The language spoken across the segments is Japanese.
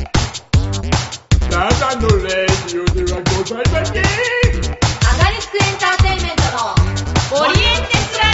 ただのレディオではございません。 アガリスクエンターテインメントのオリエンテスラ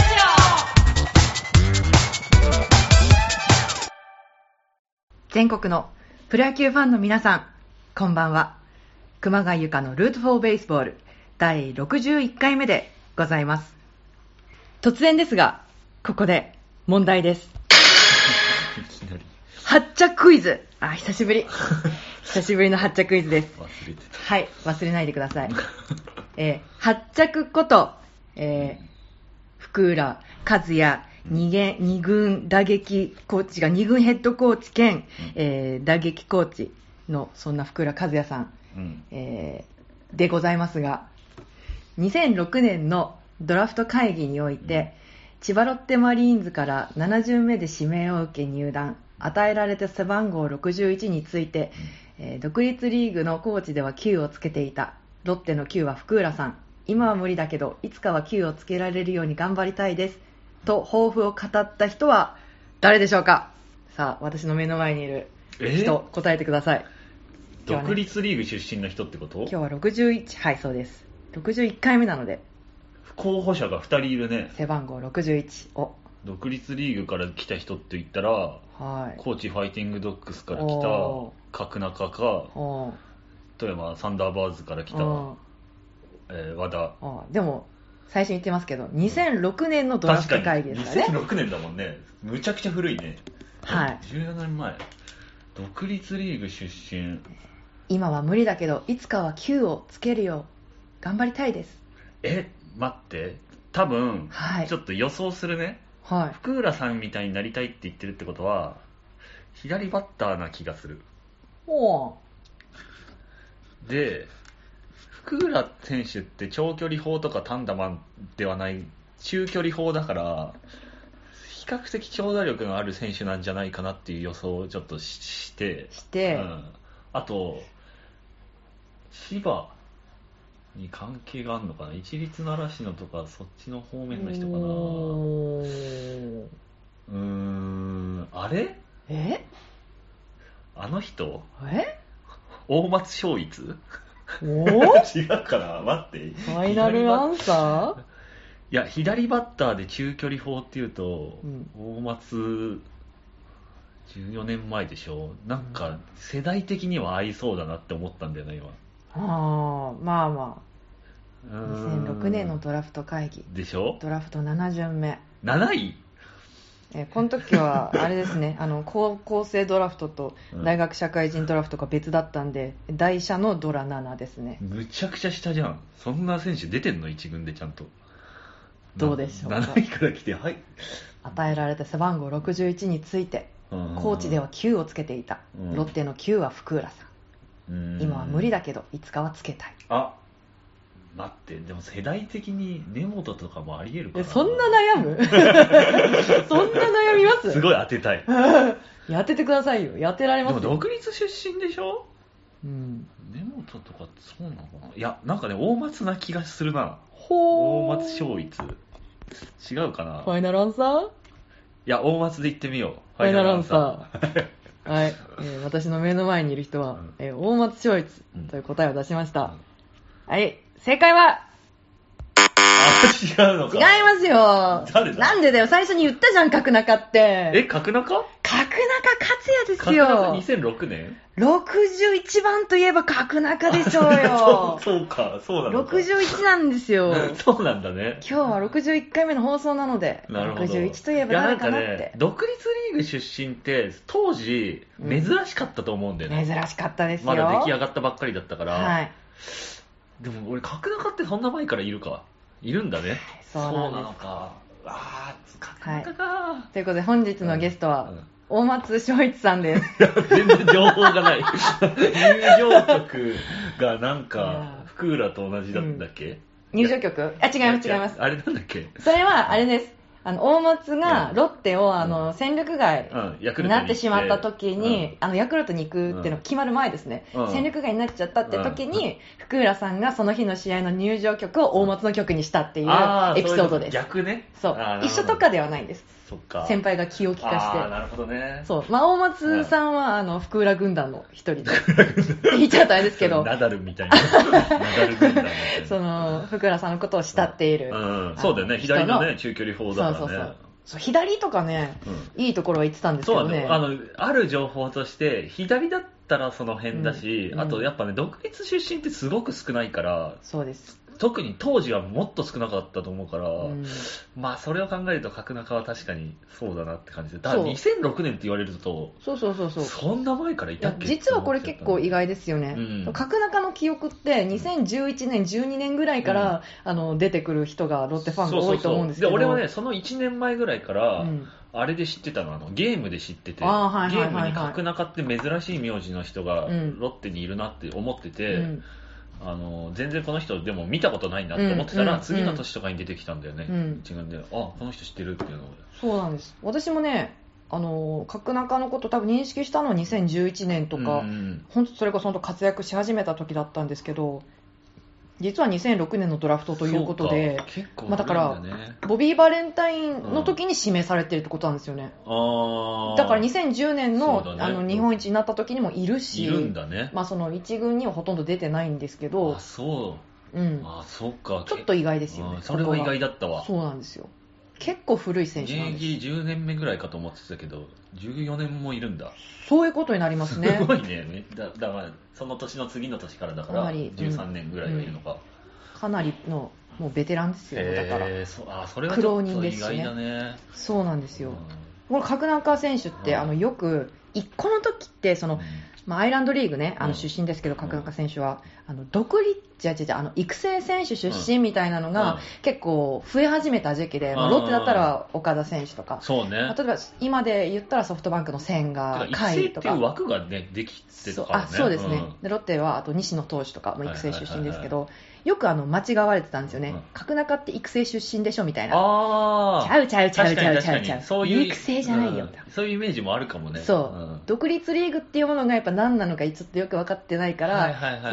ジオ。 全国のプロ野球ファンの皆さん、こんばんは。熊谷由佳のルートフォーベースボール第61回目でございます。突然ですが、ここで問題です。 いきなり発着クイズ。久しぶり久しぶりの発着クイズです。 忘れてた。 はい、忘れないでください。発着こと、福浦和也2軍打撃コーチが2軍ヘッドコーチ兼、打撃コーチのそんな福浦和也さん、でございますが、2006年のドラフト会議において、千葉ロッテマリーンズから7巡目で指名を受け入団、与えられた背番号61について、独立リーグのコーチでは9をつけていた。ロッテの9は福浦さん。今は無理だけどいつかは9をつけられるように頑張りたいですと抱負を語った人は誰でしょうか。さあ、私の目の前にいる人、答えてください。 独立リーグ出身の人ってこと？ 今日は61、はい、そうです。61回目なので候補者が2人いるね。 背番号61を独立リーグから来た人って言ったら、 はい、 高知ファイティングドッグスから来た角中か、富山サンダーバーズから来た、和田。 でも最初に言ってますけど、2006年のドラフト会議ですからね。 2006年だもんね。むちゃくちゃ古いね。 はい。 14年前。独立リーグ出身。 今は無理だけどいつかは9をつけるよう頑張りたいです。 待って。多分、 はい、 ちょっと予想するね。 はい、 福浦さんみたいになりたいって言ってるってことは左バッターな気がする。で、福浦選手って長距離砲とか単打マンではない中距離砲だから、比較的長打力がある選手なんじゃないかなっていう予想をちょっとして、あと千葉に関係があるのかな。市立習志野とかそっちの方面の人かな。あれ？あの人？大松尚逸？違うかな。待って。 ファイナルアンサー？ いや、左バッターで中距離砲っていうと、大松14年前でしょ。なんか世代的には合いそうだなって思ったんだよね、今。 まあまあ。2006年のドラフト会議でしょ。 ドラフト7巡目 7位。 この時はあれですね高校生ドラフトと大学社会人ドラフトが別だったんで、大社のドラ7ですね。 むちゃくちゃ下じゃん。そんな選手出てんの1軍でちゃんと。 どうでしょうか。 7位から来て、はい。 与えられた背番号61について、コーチでは9をつけていた。ロッテの9は福浦さん。今は無理だけどいつかはつけたい。 待って、でも世代的に根本とかもありえるから。 そんな悩むそんな悩みます？ すごい当てたい当ててくださいよ。当てられますよ。 でも独立出身でしょ。根本とかそうなのかな。いや、なんかね、大松な気がするな。大松尚逸違うかな。 ファイナルアンサー？ いや、大松で言ってみよう。 ファイナルアンサーはい、私の目の前にいる人は、大松尚逸という答えを出しました。はい、正解は違うのか。 違いますよ。 誰だ。 なんでだよ、最初に言ったじゃん、角中って。 角中？ 角中克也ですよ。 角中2006年 61番といえば角中でしょうよそうか、そうなのか。 61なんですよそうなんだね。 今日は61回目の放送なので、 なるほど。 61といえば誰かなって。 いや、なんかね、独立リーグ出身って当時珍しかったと思うんだよね。 珍しかったですよ。 まだ出来上がったばっかりだったから。 はい。 でも俺、角中ってそんな前からいるか。いるんだね。 そうなんです。 そうなのか。角中か、 ということで本日のゲストは、大松尚逸さんです。 全然情報がない。入場曲がなんか福浦と同じだったっけ？ 入場曲？違います。 あれなんだっけ？ それはあれです。大松がロッテを戦力外になってしまった時に、ヤクルトに行くっていうのが決まる前ですね、戦力外になっちゃったって時に、福浦さんがその日の試合の入場曲を大松の曲にしたっていうエピソードです。 逆ね。 そう、一緒とかではないんです。 そっか。 先輩が気を利かして。 なるほどね。 そう。大松さんは、福浦軍団の一人で。言っちゃうとあれですけど。 ナダルみたいな。ナダル軍団みたいな。 福浦さんのことを慕っている。 そうだよね。左のね、中距離砲だからね。 そう、左とかね、いいところは言ってたんですけどね。 ある情報として、左だったらその辺だし、あとやっぱね、独立出身ってすごく少ないから、 そうです。 特に当時はもっと少なかったと思うから、まあそれを考えると角中は確かにそうだなって感じで、だから2006年って言われると、そんな前からいたっけ？ 実はこれ結構意外ですよね。角中の記憶って2011年、12年ぐらいから、出てくる人がロッテファンが多いと思うんですけど、 俺はね、その1年前ぐらいから、あれで知ってたの、ゲームで知ってて、ゲームに角中って珍しい名字の人がロッテにいるなって思ってて、全然この人でも見たことないなって思ってたら、次の年とかに出てきたんだよね、一眼で、この人知ってるっていうのを。 そうなんです。私もね、角中のこと多分認識したのは2011年とか、本当それこそ本当活躍し始めた時だったんですけど、実は2006年のドラフトということで、だからボビー・バレンタインの時に指名されてるってことなんですよね。だから2010年の、日本一になった時にもいるし、 いるんだね。 その1軍にはほとんど出てないんですけど、 そうか。 ちょっと意外ですよね。 それは意外だったわ。 そうなんですよ。結構古い選手なんです。 現役10年目ぐらいかと思ってたけど、14年もいるんだ。 そういうことになりますね。 すごいね。だからその年の次の年からだから13年ぐらいはいるのか。 かなりのもうベテランですよ。だからそれはちょっと意外だね。 そうなんですよ。この角中選手ってよく1個の時ってアイランドリーグね、出身ですけど、角中選手は育成選手出身みたいなのが結構増え始めた時期で、ロッテだったら岡田選手とか、 そうね、 例えば今で言ったらソフトバンクの千賀、甲斐とか、 育成っていう枠がねできてたからね。 そうですね。でロッテはあと西野投手とかも育成出身ですけど、よく間違われてたんですよね。角中って育成出身でしょみたいな。ちゃう。そういう育成じゃないよ。 そういうイメージもあるかもね。 そう。独立リーグっていうものがやっぱ何なのかちょっとよく分かってないから、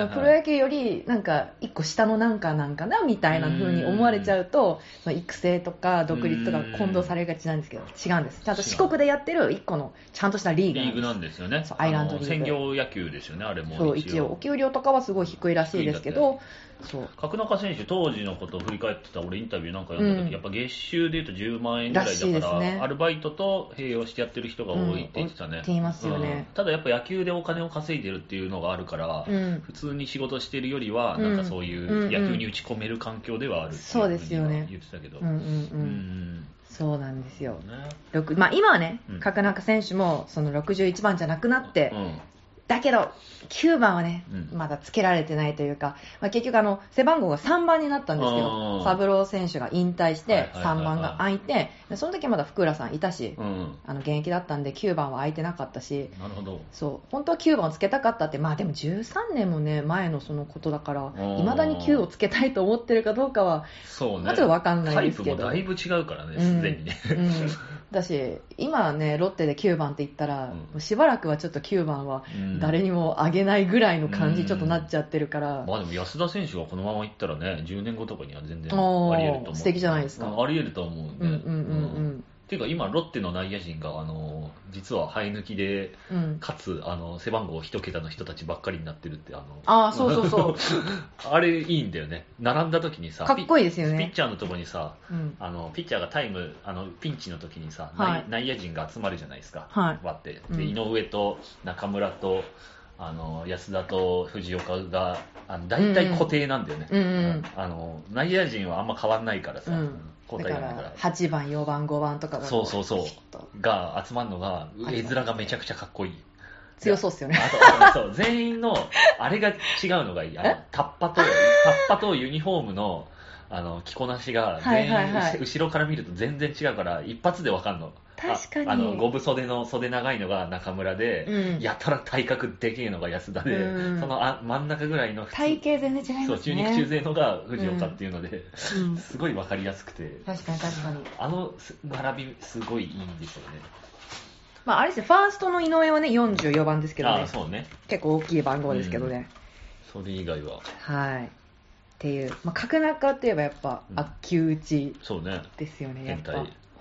プロ野球よりなんか一個下のなんかなみたいな風に思われちゃうと、育成とか独立とか混同されがちなんですけど、違うんです。ちゃんと四国でやってる一個のちゃんとしたリーグなんですよね。アイランドリーグ。 専業野球ですよね、あれも。 そう、一応お給料とかはすごい低いらしいですけど、 角中選手当時のことを振り返ってた俺インタビューなんか読んだ時、やっぱ月収でいうと10万円ぐらいだから、アルバイトと併用してやってる人が多いって言ってたね。 って言いますよね。 ただやっぱ野球でお金を稼いでるっていうのがあるから、普通に仕事してるよりはなんかそういう野球に打ち込める環境ではあるっていうふうに言ってたけど、 そうなんですよ。今はね、角中選手もその61番じゃなくなって、だけど9番はね、まだつけられてないというか、結局背番号が3番になったんですけど、サブロー選手が引退して3番が空いて、その時はまだ福浦さんいたし、現役だったんで9番は空いてなかったし、 なるほど。 そう本当は9番をつけたかったって、でも13年もね前のそのことだから、いまだに9をつけたいと思ってるかどうかはそうね、 ちょっと分かんないですけど、 タイプもだいぶ違うからね、すでにね。 だし今ねロッテで9番って言ったら、しばらくはちょっと9番は誰にもあげないぐらいの感じちょっとなっちゃってるから、 でも安田選手がこのままいったらね、10年後とかには全然あり得ると思う。 素敵じゃないですか。 あり得ると思うね。っていうか今ロッテの内野陣が実は生え抜きで、かつ背番号1桁の人たちばっかりになってるってそうあれいいんだよね。並んだ時にさ、 かっこいいですよね。 ピッチャーのとこにさ、ピッチャーがタイムピンチの時にさ、内野陣が集まるじゃないですか、割ってで井上と中村と安田と藤岡が大体固定なんだよね。内野陣はあんま変わんないからさ、交代がないから 8番4番5番とかがが集まるのが絵面がめちゃくちゃかっこいい。 強そうっすよね。 そう全員のあれが違うのがいい。タッパとユニフォームの着こなしが全員後ろから見ると全然違うから一発でわかんの。 確かに五分袖の袖長いのが中村で、やたら体格でけえのが安田で、その真ん中ぐらいの体型全然違いますね。 そう中肉中背のが藤岡っていうので、すごい分かりやすくて、 確かに並びすごいいいんですよね。 あれですね、ファーストの井上はね44番ですけどね、 そうね、 結構大きい番号ですけどね、 それ以外はっていう、角中って言えばやっぱ、秋打ちですよね。やっぱ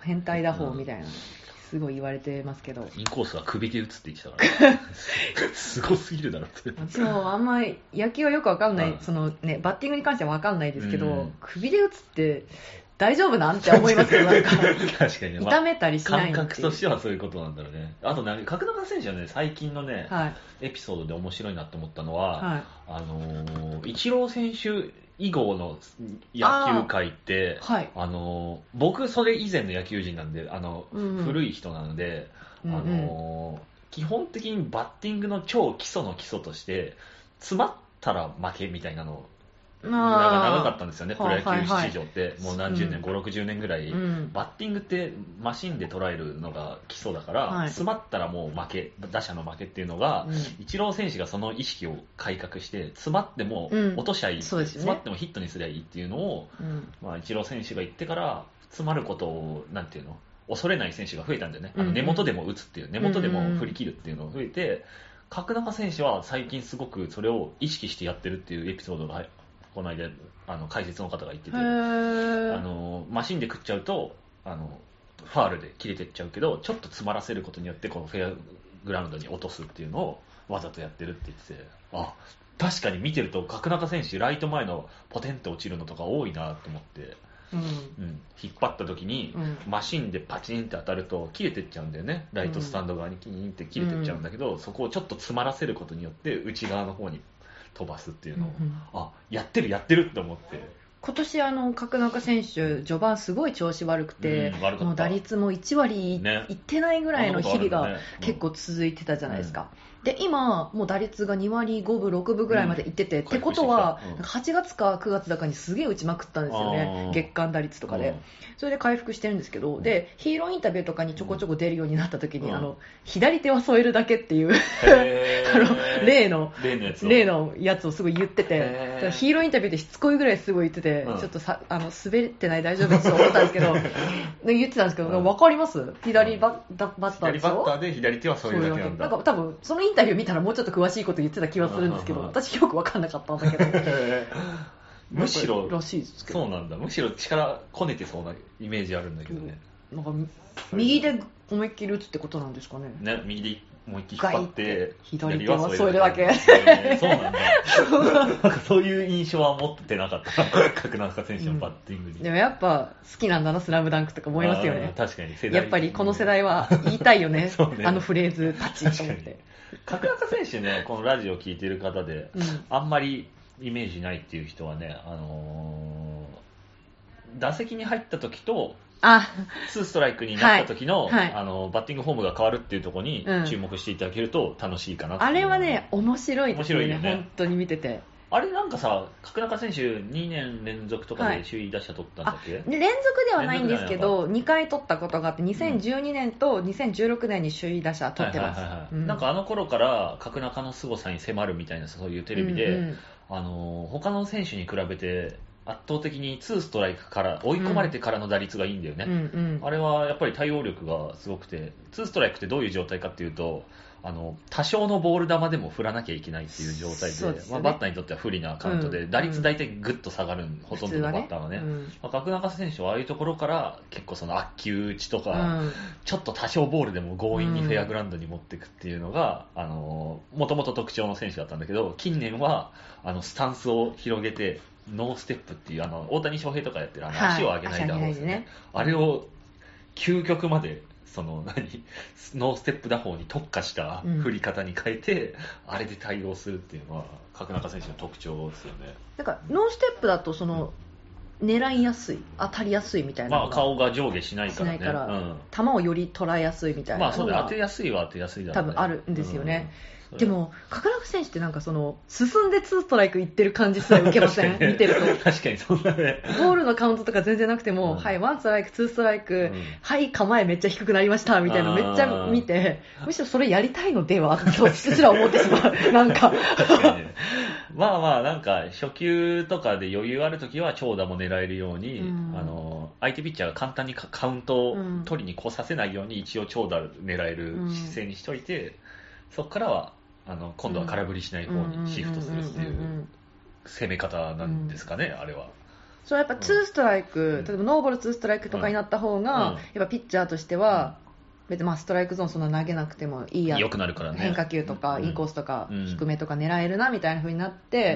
変態打法みたいな、すごい言われてますけど、 インコースは首で打つって言ってたからすごすぎるだろって私もあんまり野球はよくわかんない、 うんそのね、バッティングに関してはわかんないですけど、 うん首で打つって大丈夫なんて思いますけど、なんか確かにね、 痛めたりしない感っていう覚としてはそういうことなんだろうね。あとね、角中選手はね、最近のね、 はいエピソードで面白いなと思ったのは、 はいイチロー選手以後の野球界って、 はい僕それ以前の野球人なんで、 うんうん古い人なので、 うんうん基本的にバッティングの超基礎の基礎として詰まったら負けみたいなの長かったんですよね、プロ野球史上って、もう何十年、5、60年ぐらい、 うんバッティングってマシンで捉えるのが基礎だから、 はい詰まったらもう負け、打者の負けっていうのが、 うんイチロー選手がその意識を改革して、詰まってもうん落としゃいい、 そうですよね詰まってもヒットにすりゃいいっていうのを、 うんイチロー選手が言ってから、詰まることを、なんていうの、恐れない選手が増えたんだよね、 うんうん根元でも打つっていう、根元でも振り切るっていうのが増えて、角中選手は最近すごくそれを意識してやってるっていうエピソードがこの間解説の方が言ってて、 へーマシンで食っちゃうとファールで切れてっちゃうけど、ちょっと詰まらせることによってこのフェアグラウンドに落とすっていうのをわざとやってるって言ってて、あ、確かに見てると角中選手ライト前のポテンと落ちるのとか多いなと思って、 うん引っ張った時に、 うんマシンでパチンって当たると切れてっちゃうんだよね、ライトスタンド側にキーンって切れてっちゃうんだけど、そこをちょっと詰まらせることによって内側の方に飛ばすっていうのを、 うんうんあ、やってるって思って。 今年角中選手序盤すごい調子悪くて、 うん悪かったもう打率も1割ねいってないぐらいの日々がそんなことあるんだね結構続いてたじゃないですか、で今もう打率が2割5分6分ぐらいまでいってて、ってことは回復してきた 8月か9月だかにすげえ打ちまくったんですよね、月間打率とかで、 うんそれで回復してるんですけど、でヒーローインタビューとかにちょこちょこ出るようになった時に、 うん左手は添えるだけっていうへー例のやつをやつをすごい言ってて、 へーヒーローインタビューでしつこいぐらいすごい言ってて、 うんちょっと滑ってない大丈夫って思ったんですけど言ってたんですけど、 うん分かります左バッター左でしょバッターで左手はそういうだけなんだ。 なんか多分そのインタビュー見たらもうちょっと詳しいこと言ってた気がするんですけど、 うん私よく分かんなかったんだけどむしろらしいですけど、 そうなんだ。むしろ力こねてそうなイメージあるんだけどね。 なんか右で思いっきり打つってことなんですかね。 ね、右で思いっきり引っ張って左手は添えるだけそうなんだ。なんかそういう印象は持ってなかった角中選手のバッティングに、 でもやっぱ好きなんだなスラムダンクとか思いますよね。 あー確かに世代やっぱりこの世代は言いたいよねそうねあのフレーズタッチと思っ確かにて。 角中選手ね、このラジオ聞いてる方で、 うんあんまりイメージないっていう人はね、打席に入った時とあ、 2ストライクになった時の、 はいはいバッティングフォームが変わるっていうところにうん注目していただけると楽しいかなっていうあれはね面白いですよね、 面白いよね本当に見てて。 あれなんかさ、角中選手2年連続とかはいで首位打者取ったんだっけ、 で連続ではないんですけ連ど2回取ったことがあって、2012年と2016年に首位打者取ってます。 はいはいはいはいうんなんかあの頃から角中の凄さに迫るみたいなそういうテレビで、 うんうん他の選手に比べて圧倒的に2ストライクから追い込まれてからの打率がいいんだよね、 うんうんあれはやっぱり対応力がすごくて、2ストライクってどういう状態かっていうと、多少のボール球でも振らなきゃいけないっていう状態で、 そうですよねバッターにとっては不利なカウントで、 うん打率大体グッと下がる、ほとんどのバッターがね。 うん角中選手はああいうところから結構その悪球打ちとか、 うんちょっと多少ボールでも強引にフェアグラウンドに持っていくっていうのが、もともと特徴の選手だったんだけど、近年はスタンスを広げて、ノーステップっていう大谷翔平とかやってるはい足を上げない打法ですね、 足上げないでねあれを究極までノーステップ打法に特化した振り方に変えて、あれで対応するっていうのは角中選手の特徴ですよね。 なんかノーステップだと狙いやすい、当たりやすいみたいなのが顔が上下しないからね。 しないから、 うん球をより捉えやすいみたいなのが、 そうだ、当てやすいは当てやすいだろうね。 多分あるんですよね、 うんでも角中選手ってなんか進んで2ストライクいってる感じすら受けません確かにね見てると確かにそんなね。 ボールのカウントとか全然なくても、 うんはい、1ストライク、2ストライク、 うんはい、構えめっちゃ低くなりましたみたいな、 あーめっちゃ見て、むしろそれやりたいのではとすら思ってしまう、なんか。 確かにね。なんか初球とかで余裕あるときは長打も狙えるように、 うん相手ピッチャーが簡単にカウントを取りに来させないように一応長打狙える姿勢にしといて、そこからは今度は空振りしない方にシフトするっていう攻め方なんですかね、あれは。 そうやっぱ2ストライク、例えばノーボール2ストライクとかになった方が、やっぱピッチャーとしては、別にストライクゾーンそんな投げなくてもいいや、 良くなるからね、 変化球とか、インコースとか、低めとか狙えるなみたいな風になって、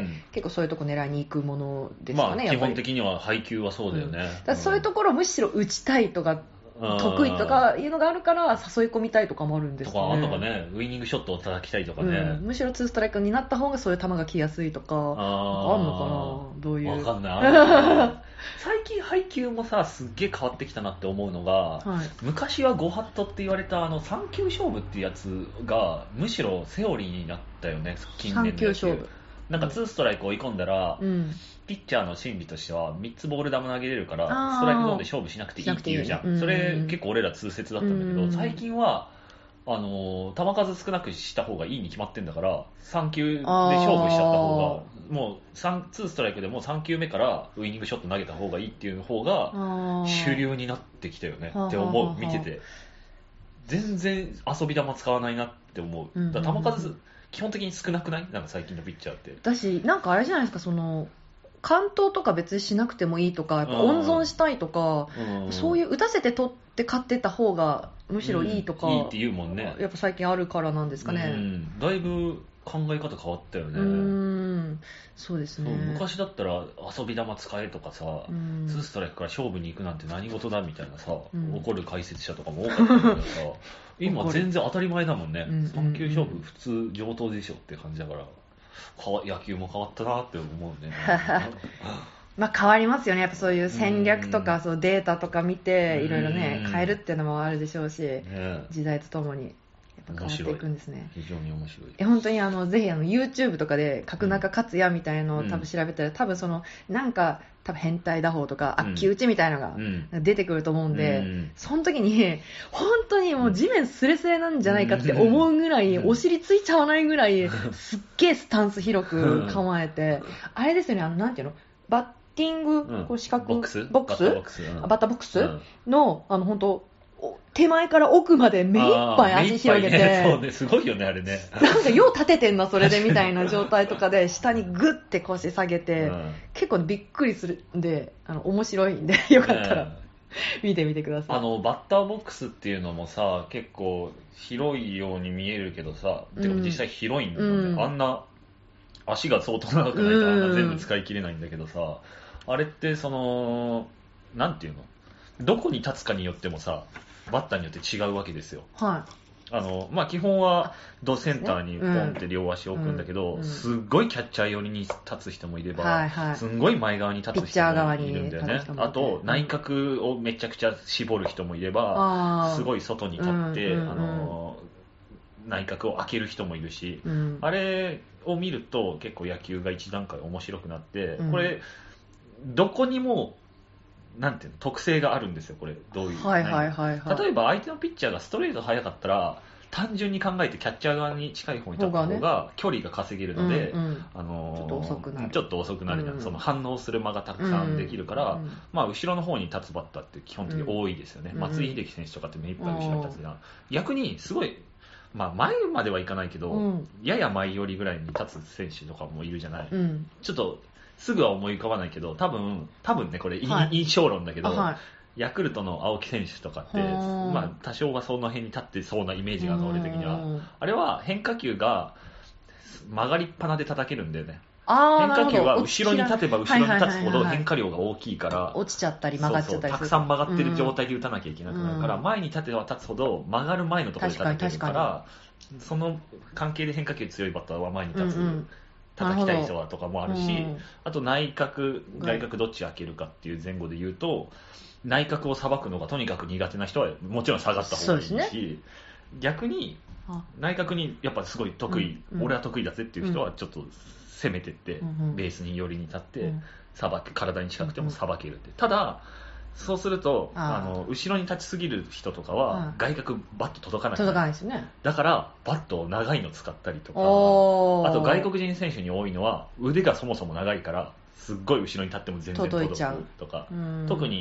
結構そういうとこ狙いに行くものですかね、 基本的には配球はそうだよね。 だからそういうところをむしろ打ちたいとか、得意とかいうのがあるから誘い込みたいとかもあるんですかね。 とかね、ウイニングショットを叩きたいとかね、 むしろ2ストライクになった方がそういう球が来やすいとか、あるのかな、どういう。 わかんない最近配球もさ、すっげえ変わってきたなって思うのが、昔は5ハットって言われた3球勝負っていうやつがむしろセオリーになったよね、近年の野球。3球勝負なんか2ストライク追い込んだら、ピッチャーの心理としては3つボール球投げれるからストライクゾーンで勝負しなくていいって言うじゃん。それ結構俺ら通説だったんだけど、最近は球数少なくした方がいいに決まってんだから、3球で勝負しちゃった方が、もう2ストライクでも3球目からウイニングショット投げた方がいいっていう方が主流になってきたよねって思う、見てて。全然遊び球使わないなって思う。だから球数基本的に少なくない？なんか最近のピッチャーって。 私なんかあれじゃないですか、その完投とか別にしなくてもいいとか、やっぱ温存したいとか、そういう打たせて取って勝ってた方がむしろいいとか、 いいって言うもんね。 やっぱ最近あるからなんですかね。 だいぶ考え方変わったよね。 そうですね。 昔だったら遊び球使えとかさ、2ストライクから勝負に行くなんて何事だみたいなさ、怒る解説者とかも多かったんだけどさ、今全然当たり前だもんね。3球勝負普通上等でしょって感じだから、野球も変わったなって思うね。 まあ変わりますよね。やっぱそういう戦略とかそうデータとか見ていろいろね変えるっていうのもあるでしょうし、時代とともにやっぱ変わっていくんですね。 非常に面白い。 本当にぜひYouTube とかで角中克也みたいのを多分調べたら、多分そのなんか多分変態打法とか悪球打ちみたいのが出てくると思うんで、その時に本当にもう地面スレスレなんじゃないかって思うぐらい、お尻ついちゃわないぐらいすっげえスタンス広く構えて、あれですよね、なんていうの、バッティング、こう四角ボックスバッターボックスの本当手前から奥まで目いっぱい足広げて、 そうね、すごいよねあれね。 なんかよう立ててんなそれでみたいな状態とかで下にグッて腰下げて、結構びっくりするんで面白いんでよかったら見てみてください。 バッターボックスっていうのもさ、結構広いように見えるけどさ、てか実際広いんだよね。あんな足が相当長くないとあんな全部使い切れないんだけどさ、あれってそのなんていうの、どこに立つかによってもさ、バッターによって違うわけですよ。基本はドセンターにポンって両足を置くんだけど、すっごいキャッチャー寄りに立つ人もいれば、すんごい前側に立つ人もいるんだよね。あと内角をめちゃくちゃ絞る人もいれば、すごい外に立って内角を開ける人もいるし、あれを見ると結構野球が一段階面白くなって、これどこにもなんていうの、特性があるんですよ、これ。どういう。例えば相手のピッチャーがストレート速かったら、単純に考えてキャッチャー側に近い方に立った方が距離が稼げるので、ちょっと遅くなるじゃん。その反応する間がたくさんできるから、後ろの方に立つバッターって基本的に多いですよね。松井秀喜選手とかって目いっぱい後ろに立つじゃん。逆にすごい、前まではいかないけど、やや前寄りぐらいに立つ選手とかもいるじゃない。ちょっとすぐは思い浮かばないけど、多分ね、これ印象論だけど、ヤクルトの青木選手とかって、多少はその辺に立ってそうなイメージがあるの、俺的には。あれは変化球が曲がりっぱなで叩けるんだよね。変化球は後ろに立てば後ろに立つほど変化量が大きいから、 落ちちゃったり曲がっちゃったりする。 たくさん曲がってる状態で打たなきゃいけなくなるから、前に立てば立つほど曲がる前のところで叩けるから、その関係で変化球強いバッターは前に立つ。叩きたい人はとかもあるし、あと内角、外角どっち開けるかっていう前後で言うと、内角をさばくのがとにかく苦手な人はもちろん下がった方がいいし、逆に内角にやっぱすごい得意、俺は得意だぜっていう人はちょっと攻めてって、ベースに寄りに立って、体に近くてもさばけるって。ただそうすると後ろに立ちすぎる人とかは外角バット届かないですね。 だからバットを長いの使ったりとか、あと外国人選手に多いのは腕がそもそも長いからすっごい後ろに立っても全然届くとか、特に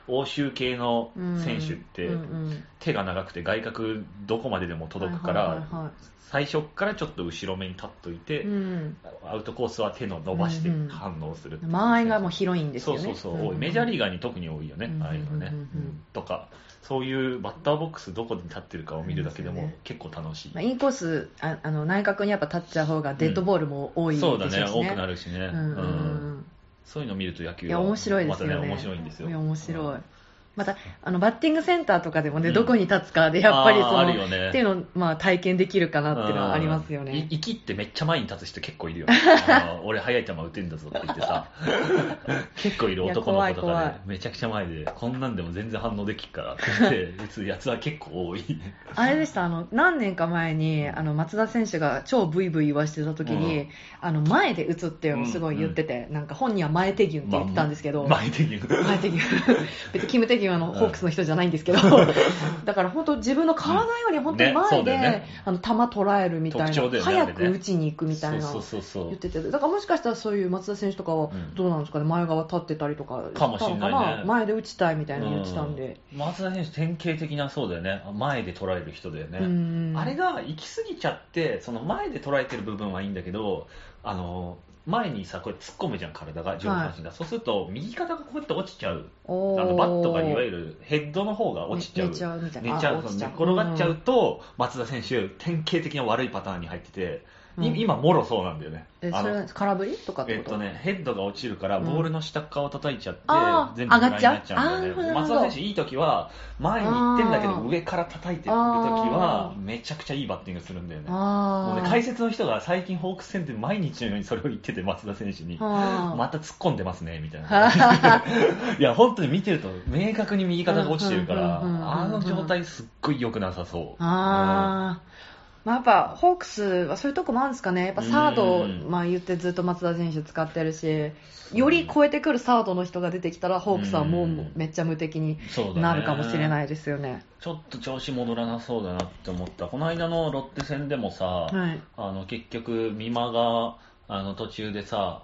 欧州系の選手ってうんうん手が長くて外角どこまででも届くかはいはいらはいはい最初からちょっと後ろ目に立っといて、 うんアウトコースは手の伸ばしてうんうん反応するっていう間合いがもう広いんですよね。 そうそうそう、 ん多いメジャーリーガーに特に多いよね、 うんああいうのね、 うんうんうんとかそういうバッターボックスどこに立ってるかを見るだけでもありますよね結構楽しい、 まあ、インコース内角にやっぱ立っちゃう方がデッドボールも多いでしょそううだね、 しね。 多くなるしね、 うんうんうんそういうのを見ると野球いや面白いですよね。 またね面白いんですよ。 いや面白い。またバッティングセンターとかでもね、 うんどこに立つかでやっぱりあるよねっていうのを、まあ、体験できるかなっていうのはありますよね。 息ってめっちゃ前に立つ人結構いるよね俺速い球打てんだぞって言ってさ結構いる男の子といや怖い怖いかでめちゃくちゃ前でこんなんでも全然反応できっからって言って打つやつは結構多いあれでした何年か前に松田選手が超ブイブイ言わしてた時に、前で打つっていうのをすごい言ってて、なんか本人は前手牛って言ってたんですけど、 前手牛前手牛別にキム・テギュはホークスの人じゃないんですけど、だから本当自分の体より本当に前そうだで、 よね球捉えるみたいな、 特徴だよね早あれねく打ちに行くみたいなそうそうそう言ってて、だからもしかしたらそういう松田選手とかはどうなんですかね、前側立ってたりとかかもしれないねしたのかな、前で打ちたいみたいな言ってたんで、 松田選手典型的なそうだよね、前で捉える人だよね、 うんあれが行き過ぎちゃってその前で捉えてる部分はいいんだけど前にさこれ突っ込むじゃん体が上半身が、そうすると右肩がこうやって落ちちゃうおーバットがいわゆるヘッドの方が落ちちゃう寝ちゃうみたいな寝ちゃう落ちちゃう寝転がっちゃうと、松田選手典型的な悪いパターンに入ってて、今もろそうなんだよね。 それ空振りとかってこと？ ヘッドが落ちるからボールの下側を叩いちゃって、 あー全部フライになっちゃうんだよね。 上がっちゃう松田選手いい時は前に行ってんだけど上から叩いてる時はめちゃくちゃいいバッティングするんだよね。もうね解説の人が最近ホークス戦で毎日のようにそれを言ってて、松田選手にまた突っ込んでますねみたいな。いや本当に見てると明確に右肩が落ちてるからあの状態すっごい良くなさそう。 まあ、やっぱホークスはそういうとこもあるんですかね、やっぱサード、まあ、言ってずっと松田選手使ってるし、より超えてくるサードの人が出てきたらホークスはもうめっちゃ無敵になるかもしれないですよね。 ちょっと調子戻らなそうだなって思った。この間のロッテ戦でもさ、 はい、 結局美馬が途中でさ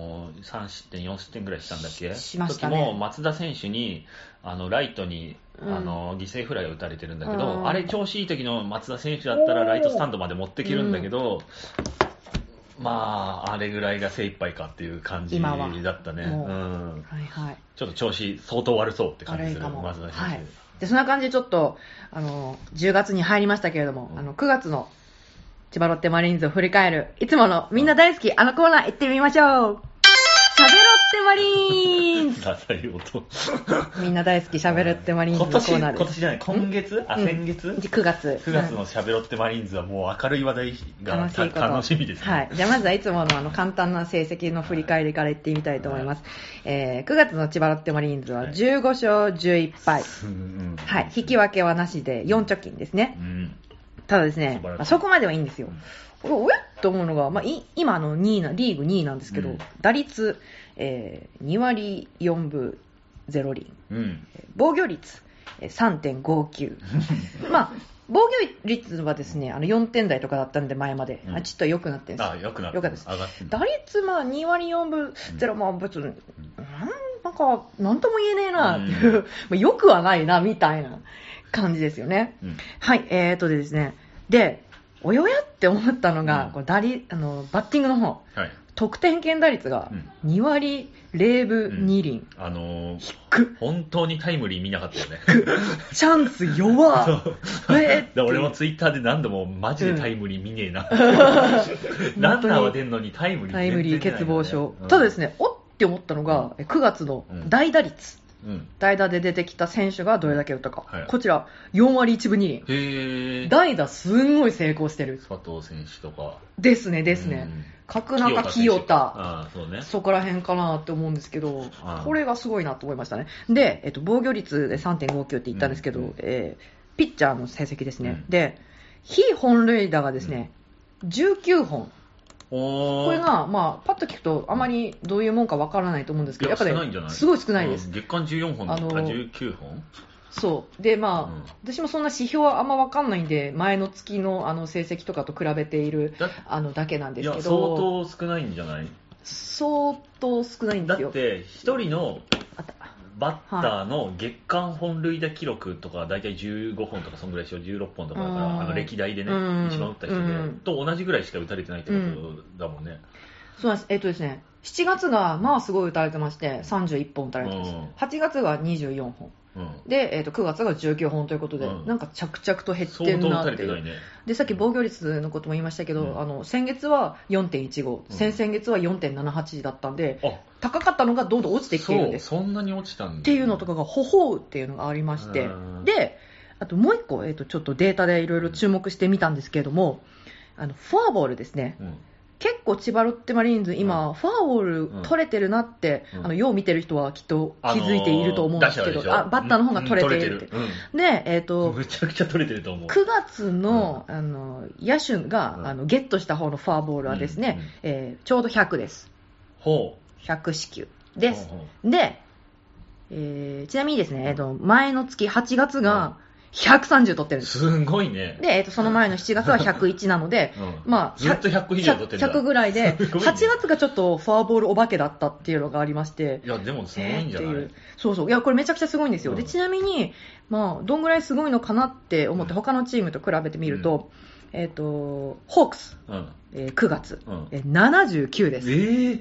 3失点4失点ぐらいしたんだっけ、 しましたね。 時も松田選手にライトに犠牲フライを打たれてるんだけど、あれ調子いい時の松田選手だったらライトスタンドまで持ってけるんだけど、まああれぐらいが精一杯かっていう感じだったね。 はいはい、 ちょっと調子相当悪そうって感じする松田選手、 はい、でそんな感じでちょっと10月に入りましたけれども、9月の千葉ロッテマリーンズを振り返るいつものみんな大好きコーナー行ってみましょう。しゃべろってマリーンズダサい音みんな大好きしゃべろってマリーンズのコーナーです。 今年じゃない先月 9月のしゃべろってマリーンズはもう明るい話題が楽しみですね。 はい、じゃあまずはいつもの簡単な成績の振り返りからいってみたいと思います。9月の千葉ロッテマリーンズは15勝11敗、はい、引き分けはなしで4貯金ですね。ただですね、そこまではいいんですよ。おやっと思うのが、今リーグ2位なんですけど、打率、2割4分0厘、防御率、3.59 防御率はですね4点台とかだったんで前まで、ちょっと良くなってるんです。 良くなってます。 打率2割4分0、別になんか何とも言えねえなっていう、よくはないなみたいな感じですよね。はい、でですね、でおやって思ったのが、バッティングの方、得点圏打率が2割0分2厘、 本当にタイムリー見なかったよね。 チャンス弱っ俺もツイッターで何度もマジでタイムリー見ねえな、ランナーは出んのにタイムリー欠乏症。ただですね、おって思ったのが9月の代打率、代打で出てきた選手がどれだけ打ったか、こちら4割1分2厘。代打すんごい成功してる。 佐藤選手とかですね。角中清田、そこら辺かなって思うんですけど、これがすごいなと思いましたね。で、防御率で 3.59 って言ったんですけど、ピッチャーの成績ですね。で、非本塁打がですね、19本。これが、パッと聞くとあまりどういうもんかわからないと思うんですけど、やっぱりすごい少ないです。 月間14本だったら19本。 そうで私もそんな指標はあんま分かんないんで、前の月の成績とかと比べているだけなんですけど、 相当少ないんじゃない？ 相当少ないんですよ。 だって1人のバッターの月間本塁打記録とか大体15本とかそんぐらいでしょ、16本とかだから、歴代でね、一番打った人で、と同じぐらいしか打たれてないってことだもんね。 そうなんです。ですね、7月がまあすごい打たれてまして、31本打たれてます。8月が24本。で、9月が19本ということで、なんか着々と減ってんなっていう。で、さっき防御率のことも言いましたけど、先月は 4.15、先々月は 4.78 だったんで、高かったのがどんどん落ちてきているんです。 そんなに落ちたんだ、 っていうのとかが、ほほうっていうのがありまして、で、あともう一個、ちょっとデータでいろいろ注目してみたんですけれども、フォアボールですね。結構千葉ロッテマリーンズ今、フォアボール取れてるなって、よう見てる人はきっと気づいていると思うんですけど、バッターの方が取れているって。で、 むちゃくちゃ取れてると思う。 9月の、野手が、ゲットした方のフォアボールはですね、ちょうど100です。100四球です。で、ちなみにですね、前の月8月が、130取ってるんです。 すごいね。 で、その前の7月は101なので、まあ、 ずっと100以上取ってるんだ。 100ぐらいで、8月がちょっとフォアボールお化けだったっていうのがありまして。 いや、でもすごいんじゃない？ そうそう。いや、これめちゃくちゃすごいんですよ。で、ちなみに、まあ、どんぐらいすごいのかなって思って、他のチームと比べてみると、ホークス、9月、79です。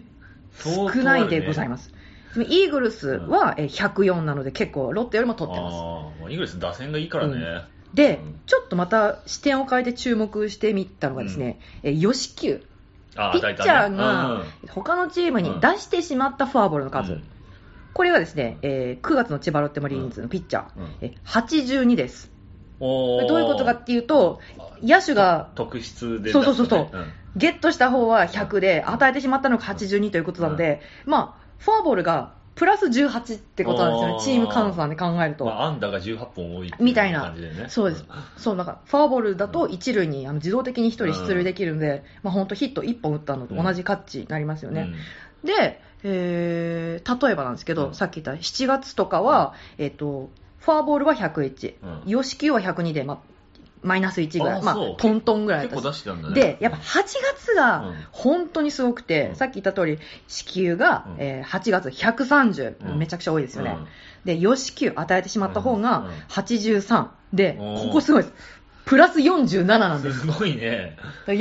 少ないでございます。イーグルスは104なので結構ロッテよりも取ってます。 イーグルス打線がいいからね。 で、ちょっとまた視点を変えて注目してみたのがですね、吉球。ピッチャーが他のチームに出してしまったフォアボールの数。これがですね、9月の千葉ロッテマリーンズのピッチャー、82です。どういうことかっていうと、野手が特質で、 そう。ゲットした方は100で、与えてしまったのが82ということなので、まあ、フォアボールがプラス18ってことなんですよね、チーム換算で考えると。 安打が18本多いみたいな感じでね。 そうです。そう、なんか、フォアボールだと一塁に自動的に1人出塁できるんで、まあ本当ヒット1本打ったのと同じ価値になりますよね。で、例えばなんですけど、さっき言った7月とかは、フォアボールは101、吉球は102で、まあ、マイナス1ぐらい、まあ、トントンぐらい結構出してたんだね。 で、やっぱ8月が本当にすごくて、さっき言った通り、四球が、8月130、めちゃくちゃ多いですよね。で、吉球与えてしまった方が83、で、ここすごいです。プラス47なんです。 すごいね。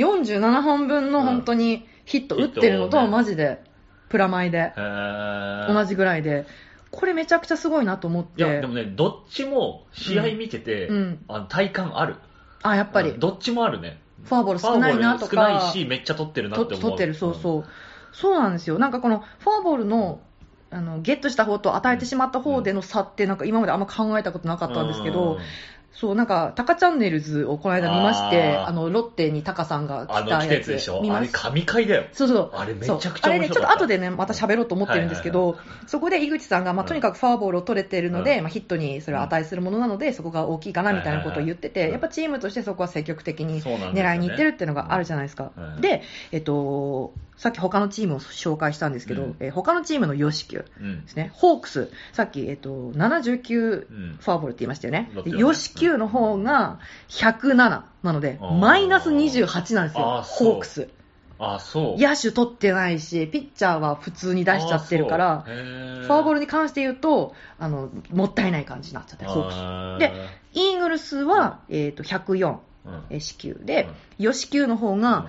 47本分の本当にヒット打ってるのとマジで、プラマイで、同じぐらいで、これめちゃくちゃすごいなと思って。 いや、でもね、どっちも試合見てて、体感ある。 やっぱり。 どっちもあるね。 フォアボール少ないなとか。 少ないし、めっちゃ取ってるなって思う。 取ってる、そう。そうなんですよ。なんかこのフォアボールの、ゲットした方と与えてしまった方での差って、なんか今まであんま考えたことなかったんですけど、そう、なんか、タカチャンネルズをこの間見まして、ロッテにタカさんが来たやつ。 でしょ。あれ、神回だよ。 そう。 あれめちゃくちゃ面白かった。 あれね、ちょっと後でね、また喋ろうと思ってるんですけど、そこで井口さんが、まあ、とにかくフォアボールを取れてるので、まあ、ヒットにそれを値するものなので、そこが大きいかなみたいなことを言ってて、やっぱチームとしてそこは積極的に狙いに行ってるっていうのがあるじゃないですか。で、さっき他のチームを紹介したんですけど、他のチームの吉球ですね。ホークス、さっき、79フォアボールって言いましたよね。吉球の方が107なので、マイナス28なんですよ、ホークス。 そう。 野手取ってないし、ピッチャーは普通に出しちゃってるから、フォアボールに関して言うと、もったいない感じになっちゃって、ホークス。で、イーグルスは、104。四球で、吉球の方が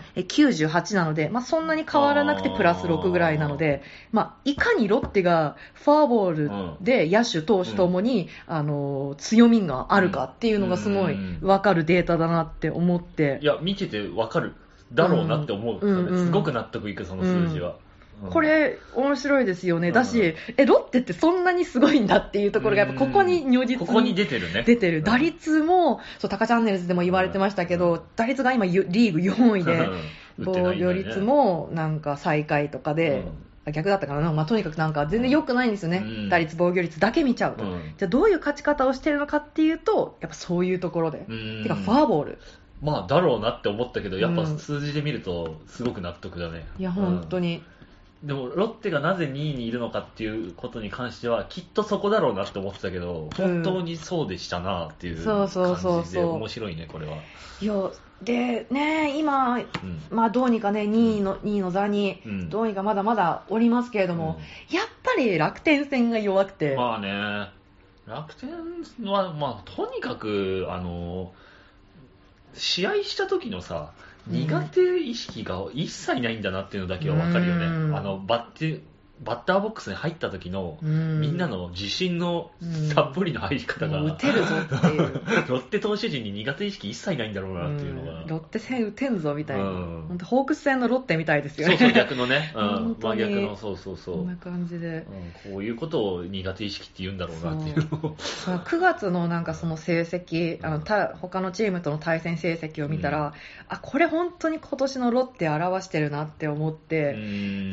98なので、まあ、そんなに変わらなくてプラス6ぐらいなので、まあ、いかにロッテがフォアボールで野手投手ともに、強みがあるかっていうのがすごい分かるデータだなって思って。 いや、見てて分かるだろうなって思う、すごく納得いく、その数字は。 これ面白いですよね。だし、ロッテってそんなにすごいんだっていうところがやっぱここに如実にここに出てるね。 出てる。打率も、そう、タカチャンネルズでも言われてましたけど、打率が今リーグ4位で、防御率もなんか最下位とかで、逆だったかな、まあ、とにかくなんか全然良くないんですよね。打率防御率だけ見ちゃうと。じゃあどういう勝ち方をしてるのかっていうと、やっぱそういうところで。てかフォアボール。 まあだろうなって思ったけど、やっぱ数字で見るとすごく納得だね。 いや本当に。 でもロッテがなぜ2位にいるのかっていうことに関してはきっとそこだろうなって思ってたけど、本当にそうでしたなっていう感じで面白いねこれは。 いやでね、今、まあ、どうにかね2位の座にどうにかまだまだおりますけれども、やっぱり楽天戦が弱くて、 まあね、楽天は、まあ、とにかく試合した時のさ、苦手意識が一切ないんだなっていうのだけは分かるよね。バッターボックスに入った時のみんなの自信のたっぷりの入り方が、 打てるぞっていうロッテ投手陣に苦手意識一切ないんだろうなっていうのが、 ロッテ戦打てんぞみたいな、本当ホークス戦のロッテみたいですよね。 そうそう、逆のね、 真逆の、そうこんな感じで、 こういうことを苦手意識って言うんだろうなっていうのを 9月のなんかその成績、他のチームとの対戦成績を見たら、これ本当に今年のロッテ表してるなって思って、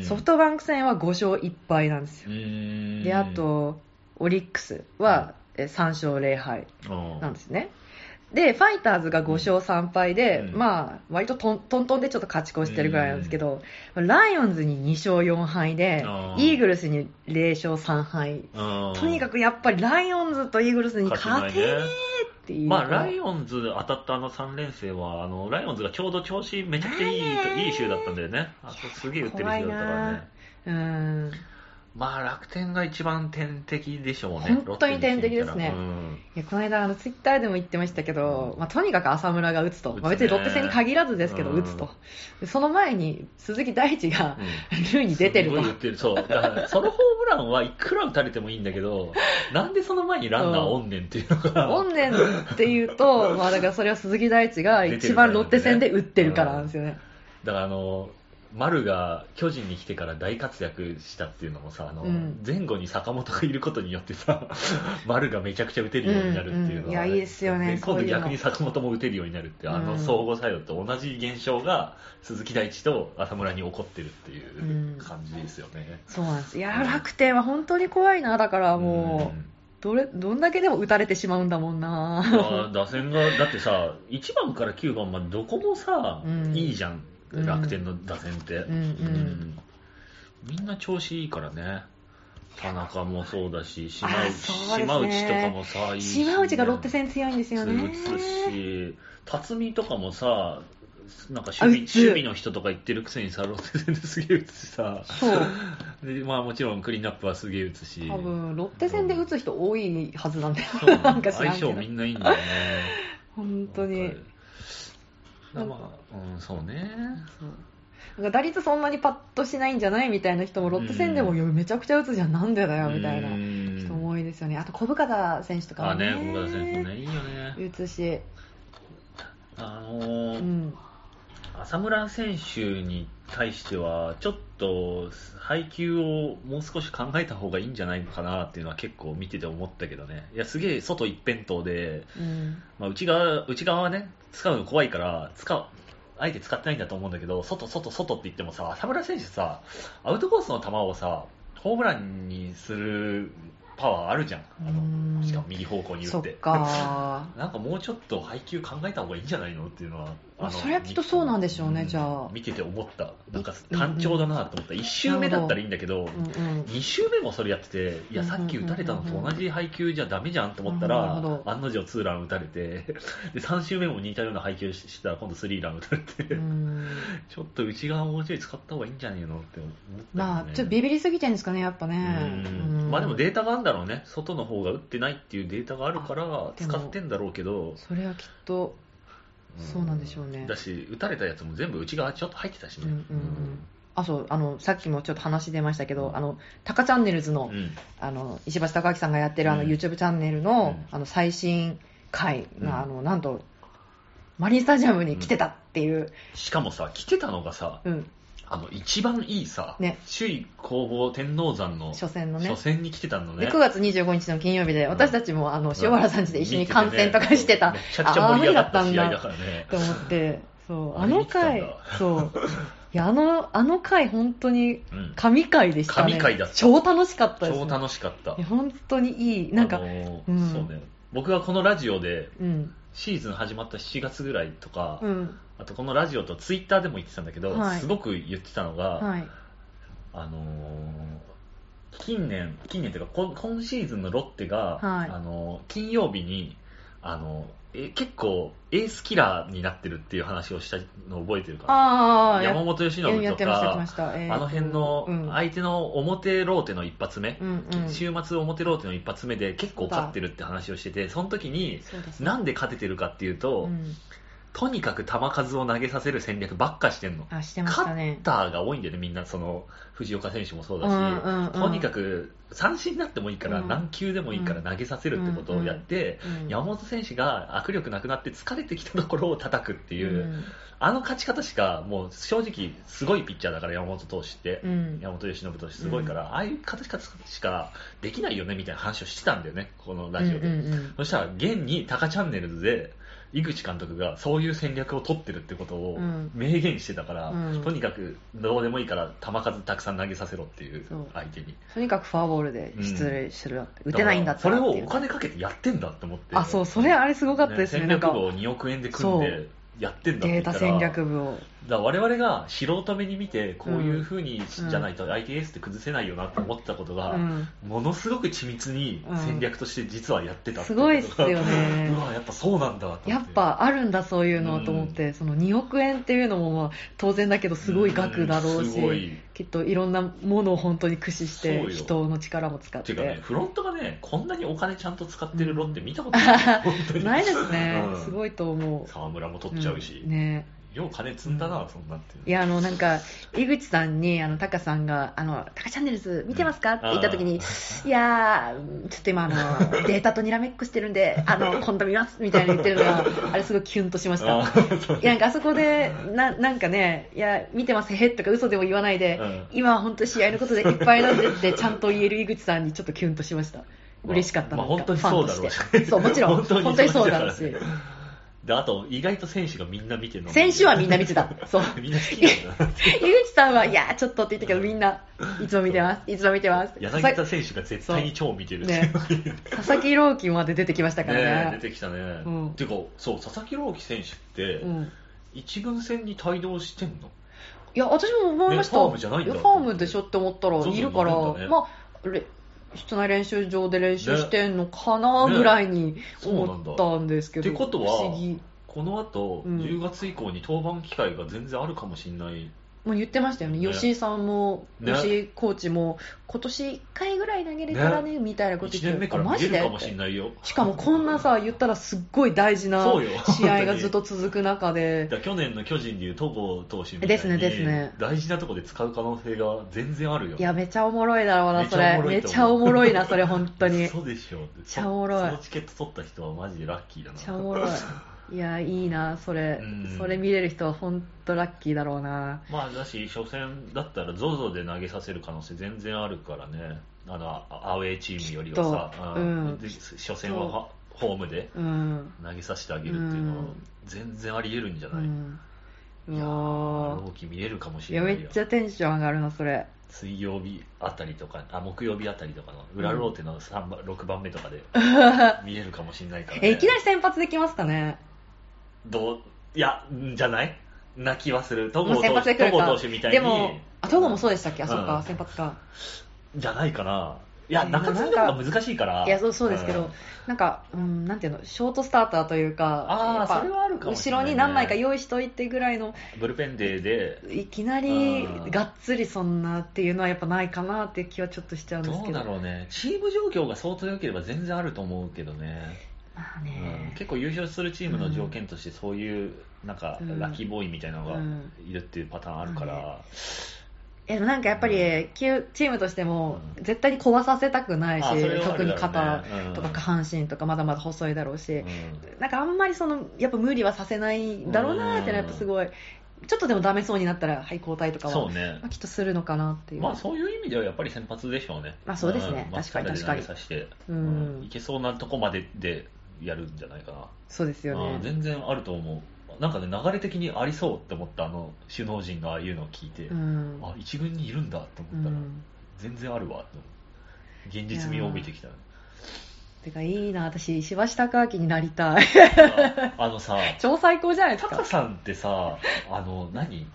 ソフトバンク戦は5勝1敗なんですよ。で、あとオリックスは3勝0敗なんですね。でファイターズが5勝3敗で、まあ割とトントンでちょっと勝ち越してるぐらいなんですけど、ライオンズに2勝4敗でイーグルスに0勝3敗、とにかくやっぱりライオンズとイーグルスに勝てねえっていう。 まあライオンズ当たった3連戦はライオンズがちょうど調子めちゃくちゃいい週だったんだよね。すげえ打ってる週だったからね。まあ楽天が一番天敵でしょうね。 本当に天敵ですね。いやこの間ツイッターでも言ってましたけど、とにかく浅村が打つと、別にロッテ戦に限らずですけど打つと、その前に鈴木大地が塁に出てると。 そうだからソロホームランはいくら打たれてもいいんだけど、なんでその前にランナーおんねんっていうのがおんねんっていうと、だからそれは鈴木大地が一番ロッテ戦で打ってるからなんですよね。 だから丸が巨人に来てから大活躍したっていうのもさ、前後に坂本がいることによってさ、丸がめちゃくちゃ打てるようになるっていうのは、 いやいいですよね。 今度逆に坂本も打てるようになるっていう、相互作用と同じ現象が鈴木大地と浅村に起こってるっていう感じですよね。 そうなんです。いや楽天は本当に怖いな。だからもう、どんだけでも打たれてしまうんだもんな。 打線がだってさ、1番から9番までどこもさ、いいじゃん。楽天の打線って、みんな調子いいからね。田中もそうだし、島内とかもさ、いいし、 島内がロッテ戦強いんですよね。 打つし、辰巳とかもさ、なんか守備の人とか言ってるくせにさ、ロッテ戦ですげえ打つしさ、で、まあもちろんクリーンアップはすげえ打つし、 多分ロッテ戦で打つ人多いはずなんだよ。 なんか相性みんないいんだよね。 本当に。 そうね。 なんか打率そんなにパッとしないんじゃないみたいな人もロッテ戦でもめちゃくちゃ打つじゃん、なんでだよみたいな人も多いですよね。あと小深田選手とかもね、 小深田選手もね、いいよね。 打つし、 浅村選手に対してはちょっと配球をもう少し考えた方がいいんじゃないのかなっていうのは結構見てて思ったけどね。いやすげえ外一辺倒で、内側はね使うの怖いからあえて使ってないんだと思うんだけど、外って言ってもさ、浅村選手さ、アウトコースの球をさホームランにするパワーあるじゃん。しかも右方向に打って。そっかなんかもうちょっと配球考えた方がいいんじゃないのっていうのは、 それはきっとそうなんでしょうね。じゃあ見てて思った。なんか単調だなと思った。1周目だったらいいんだけど、2周目もそれやってて、いやさっき打たれたのと同じ配球じゃダメじゃんと思ったら、案の定ツーラン打たれて、で3周目も似たような配球したら今度スリーラン打たれて、ちょっと内側もうちょい使った方がいいんじゃねえのって思った、ね。 ちょっとビビりすぎてるんですかね、やっぱね。 まあでもデータがあるんだろうね。外の方が打ってないっていうデータがあるから使ってんだろうけど、 それはきっとそうなんでしょうね。 だし打たれたやつも全部内側ちょっと入ってたしね。 そうさっきもちょっと話出ましたけど、タカチャンネルズの、石橋貴明さんがやってるYouTube チャンネルの、最新回が、なんとマリンスタジアムに来てたっていう、 しかもさ来てたのがさ、一番いいさ、首位攻防天王山の初戦に来てたのね。 で9月25日の金曜日で、私たちも塩原さん家で一緒に観戦とかしてた、 めちゃくちゃ盛り上がった試合だからねと思って、あの回、いやあの回本当に神回でしたね。 神回だった。 超楽しかったです、 超楽しかった。 本当にいい。なんか、 そうね。僕がこのラジオで、シーズン始まった7月ぐらいとか、あとこのラジオとツイッターでも言ってたんだけど、すごく言ってたのが、 近年というか今シーズンのロッテが、 はい、 金曜日に結構エースキラーになってるっていう話をしたのを覚えてるかな。山本由伸とか、あの辺の相手の表ローテの一発目、週末表ローテの一発目で結構勝ってるって話をしてて、その時になんで勝ててるかっていうと、とにかく球数を投げさせる戦略ばっかしてんの。 してましたね。 カッターが多いんだよね、みんな。その藤岡選手もそうだし、とにかく三振になってもいいから、何球でもいいから投げさせるってことをやって、山本選手が握力なくなって疲れてきたところを叩くっていう、あの勝ち方しか、もう正直すごいピッチャーだから、山本投手って、山本由伸投手すごいから、ああいう勝ち方しかできないよねみたいな話をしてたんだよね、このラジオで。そしたら現にタカチャンネルズで井口監督がそういう戦略を取ってるってことを明言してたから、とにかくどうでもいいから球数たくさん投げさせろっていう相手に、 とにかくフォアボールで出塁する、打てないんだったらそれをお金かけてやってんだって思って、 それあれすごかったですね。 戦略部を2億円で組んでやってんだって言ったら、 データ戦略部をだから我々が素人目に見てこういう風にじゃないと相手エースって崩せないよなって思ってたことが、ものすごく緻密に戦略として実はやってたってことが、 すごいっすよね。 うわやっぱそうなんだと思って、 やっぱあるんだそういうのと思って、その2億円っていうのもまあ当然だけどすごい額だろうし、きっといろんなものを本当に駆使して人の力も使って。 ていうかね、フロントがねこんなにお金ちゃんと使ってるロッテ見たことない、本当にないですね、すごいと思う。 沢村も取っちゃうし、 ね、 よう金積んだな、そんなって。 いやなんか井口さんにタカさんがタカチャンネルズ見てますかって言った時に、いやちょっと今データとにらめっこしてるんで今度見ますみたいな言ってるのがあれすごいキュンとしました。いやなんかあそこでなんかね、いや見てますへとか嘘でも言わないで、今は本当に試合のことでいっぱいなんでってちゃんと言える井口さんにちょっとキュンとしました。嬉しかったの、 本当にそうだろうし、 そうもちろん本当にそうだろうし。 であと意外と選手がみんな見てるの。 選手はみんな見てた。そうみんな好きなんだ。 井口さんはいやちょっとって言ったけどみんないつも見てますいつも見てます。 柳田選手が絶対に超見てるね。佐々木朗希まで出てきましたからね。出てきたね。てかそう佐々木朗希選手って一軍戦に帯同してんの？ いや私も思いました。 ファームじゃないんだ。 ファームでしょって思ったらいるから、まあ室内練習場で練習してんのかなぐらいに思ったんですけど、 ってことはこの後10月以降に登板機会が全然あるかもしれない。 もう言ってましたよね。吉井さんも吉井コーチも今年1回ぐらい投げれたらねみたいなこと言って、 1年目から見れるかもしれないよ。 しかもこんなさ言ったらすっごい大事な試合がずっと続く中で去年の巨人でいう戸郷投手みたいにですね大事なところで使う可能性が全然あるよ。 いやめちゃおもろいだろうなそれ。めちゃおもろいなそれ本当に。 そうでしょ。めちゃおもろい。 そのチケット取った人はマジでラッキーだな。 めちゃおもろい。いやいいなそれ見れる人は本当ラッキーだろうな。 まあだし初戦だったら ZOZO で投げさせる可能性全然あるからね。アウェーチームよりはさ、初戦はホームで投げさせてあげるっていうのは全然あり得るんじゃない？いや朗希見れるかもしれないよ。 いやめっちゃテンション上がるなそれ。 水曜日あたりとか木曜日あたりとかの裏ローテの6番目とかで見れるかもしれないからね。 いきなり先発できますかね？ いやじゃないな気はする。戸郷投手みたいに。 でも戸郷もそうでしたっけ？そうか先発かじゃないかな。いや中継ぎとか難しいから。 いやそうですけど、なんかなんていうのショートスターターというか、 それはあるかもしれない、ね、 後ろに何枚か用意しといてぐらいのブルペンデーでいきなりがっつりそんなっていうのはやっぱないかなっていう気はちょっとしちゃうんですけど。 どうだろうね。チーム状況が相当良ければ全然あると思うけどね。 まあね結構優勝するチームの条件としてそういうなんかラッキーボーイみたいなのがいるっていうパターンあるから。 なんかやっぱりチームとしても絶対に壊させたくないし、特に肩とか下半身とかまだまだ細いだろうし、なんかあんまりやっぱ無理はさせないだろうなってのはやっぱすごいちょっとでもダメそうになったら交代とかは、きっとするのかなっていう。 そういう意味ではやっぱり先発でしょうね。 そうですね、確かに確かに。 いけそうなとこまででやるんじゃないかな。 そうですよね。 全然あると思う。なんかね流れ的にありそうって思った首脳陣がああいうのを聞いて、一軍にいるんだって思ったら、全然あるわって現実味を帯びてきた。 てかいいな私石橋貴明になりたい。 さ超最高じゃないですか。 タカさんってさ何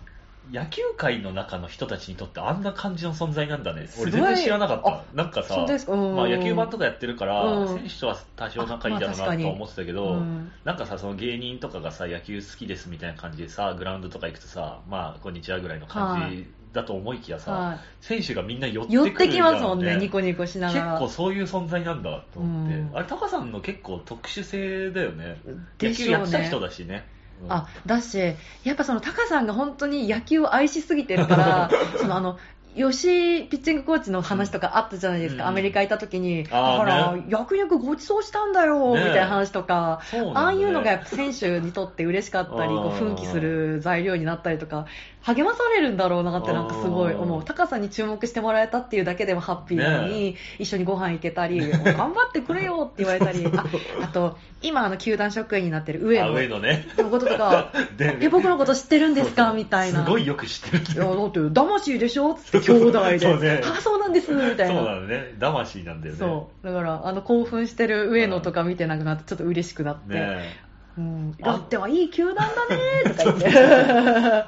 野球界の中の人たちにとってあんな感じの存在なんだね。 すごい俺全然知らなかった。なんかさ、 そうですか、 まあ、野球版とかやってるから、選手とは多少仲いいだろうなと思ってたけど、なんかさ、その芸人とかがさ、野球好きですみたいな感じでさ、グラウンドとか行くとさ、まあ、こんにちはぐらいの感じだと思いきやさ、選手がみんな寄ってくる寄ってきますもんね、ニコニコしながら。 結構そういう存在なんだと思って。あれ、タカさんの結構特殊性だよね。野球やってた人だしね。 だし、やっぱそのタカさんが本当に野球を愛しすぎてるから吉井ピッチングコーチの話とかあったじゃないですか、アメリカ行った時に、だから役々ご馳走したんだよ、みたいな話とか、ああいうのがやっぱ選手にとって嬉しかったり、奮起する材料になったりとか、励まされるんだろうなってなんかすごい思う。タカさんに注目してもらえたっていうだけでもハッピーなのに、一緒にご飯行けたり、頑張ってくれよって言われたり、あと、今球団職員になってる上野ね。 のこととか、僕のこと知ってるんですかみたいな。 すごいよく知ってる。 いや、だって、魂でしょつって兄弟で。そうなんです、みたいな。 そうなのね。魂なんだよね。 そう。だから、興奮してる上野とか見てなんかちょっと嬉しくなって。ロッテはいい球団だねとか言って。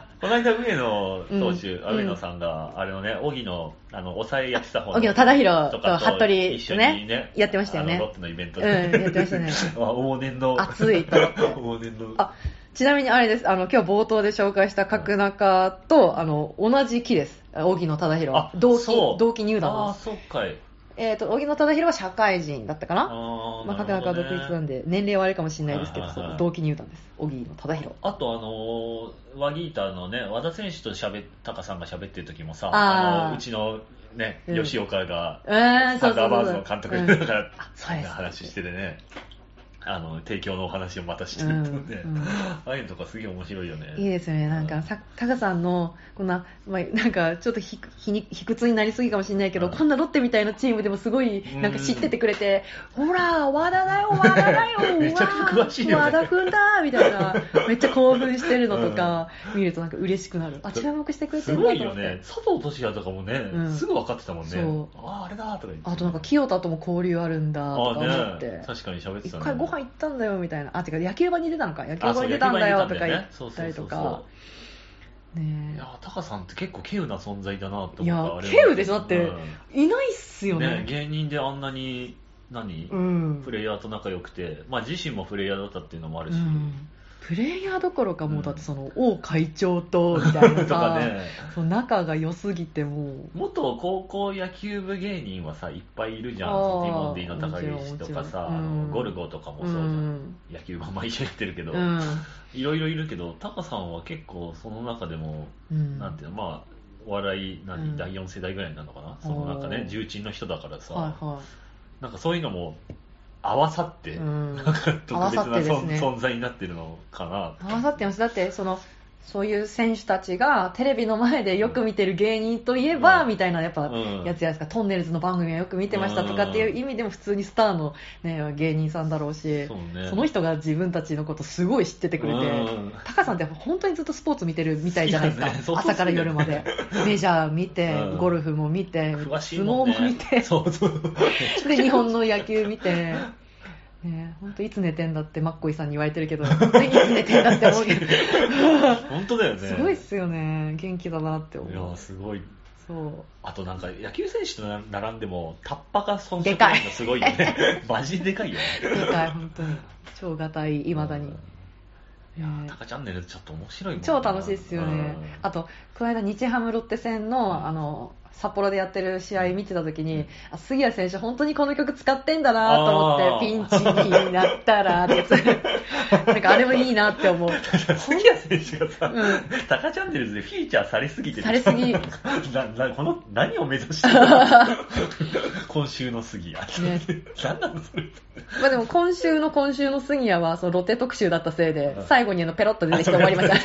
この間上野投手、上野さんが、あれのね、荻野、抑えやってた方の。 荻野忠宏と服部一緒にね、 やってましたよね。 ロッテのイベントで。 やってましたね。 往年の。 熱いと。 往年の。 ちなみにあれです、今日冒頭で紹介した角中と、同じ期です。荻野忠宏。同期入団です。 そうかい。 荻野忠宏は社会人だったかな。角中は独立なんで、年齢はあれかもしれないですけど、同期入団です。荻野忠宏。 あとワギータのね、和田選手とタカさんが喋ってる時もさ、うちのね、吉岡が、サンダーバーズの監督だから、話しててね。提供のお話をまたしてるとね、ああいうのとかすげえ面白いよね。 いいですよね。なんかタカさんのこんな、なんかちょっと卑屈になりすぎかもしれないけど、こんなロッテみたいなチームでもすごいなんか知っててくれて、ほら和田だよめちゃくちゃ詳しいよね。 和田くんだみたいな、めっちゃ興奮してるのとか見るとなんか嬉しくなる。注目してくれてるんだと思って。 すごいよね。佐藤俊也とかもね、すぐ分かってたもんね。あれだとか言って。 あとなんか清田とも交流あるんだとか思って。 確かに喋ってたね。 一回ご飯行ったんだよみたいな。てか野球場に出たのか、野球場に出たんだよとか言ったりとか。 いや、タカさんって結構稀有な存在だなって思った。 いや、稀有でしょ。だっていないっすよね。 芸人であんなにプレイヤーと仲良くて、まあ自身もプレイヤーだったっていうのもあるし。プレイヤーどころかもうだって王会長とみたいなさ、その仲が良すぎてもう元高校野球部芸人はさいっぱいいるじゃん。ティモンディの高岸とかさ、ゴルゴとかもそうじゃん。野球版一緒にやってるけど、いろいろいるけど、タカさんは結構その中でも、なんていうの、まあお笑い第4世代ぐらいなのかな、そのなんかね重鎮の人だからさ、なんかそういうのも合わさって、なんか特別な存在になってるのかな。 合わさってます。だってそういう選手たちがテレビの前でよく見てる芸人といえば、みたいなやっぱやつじゃないですか。トンネルズの番組はよく見てましたとかっていう意味でも普通にスターの、ね、芸人さんだろうし、その人が自分たちのことすごい知っててくれて、タカさんって本当にずっとスポーツ見てるみたいじゃないですか。朝から夜までメジャー見て、ゴルフも見て、相撲も見て、で日本の野球見て。本当いつ寝てんだってマッコイさんに言われてるけど、本当にいつ寝てんだって思うけど本当だよね。 すごいっすよね。元気だなって思う。 いやすごい。 そう。 あとなんか野球選手と並んでもタッパが遜色ないのすごいよね。マジでかいよね。 でかい本当に。超がたい未だに。 いやタカチャンネルちょっと面白いもんね。 超楽しいっすよね。あとこの間日ハムロッテ戦の札幌でやってる試合見てた時に、杉谷選手本当にこの曲使ってんだなと思って、ピンチになったらってなんかあれもいいなって思う。 杉谷選手がさ、タカチャンネルズでフィーチャーされすぎてされすぎ何を目指してるの今週の杉谷、ね、何なのそれ。 まあでも今週の杉谷はそのロッテ特集だったせいで、最後にペロッと出てきて終わりました。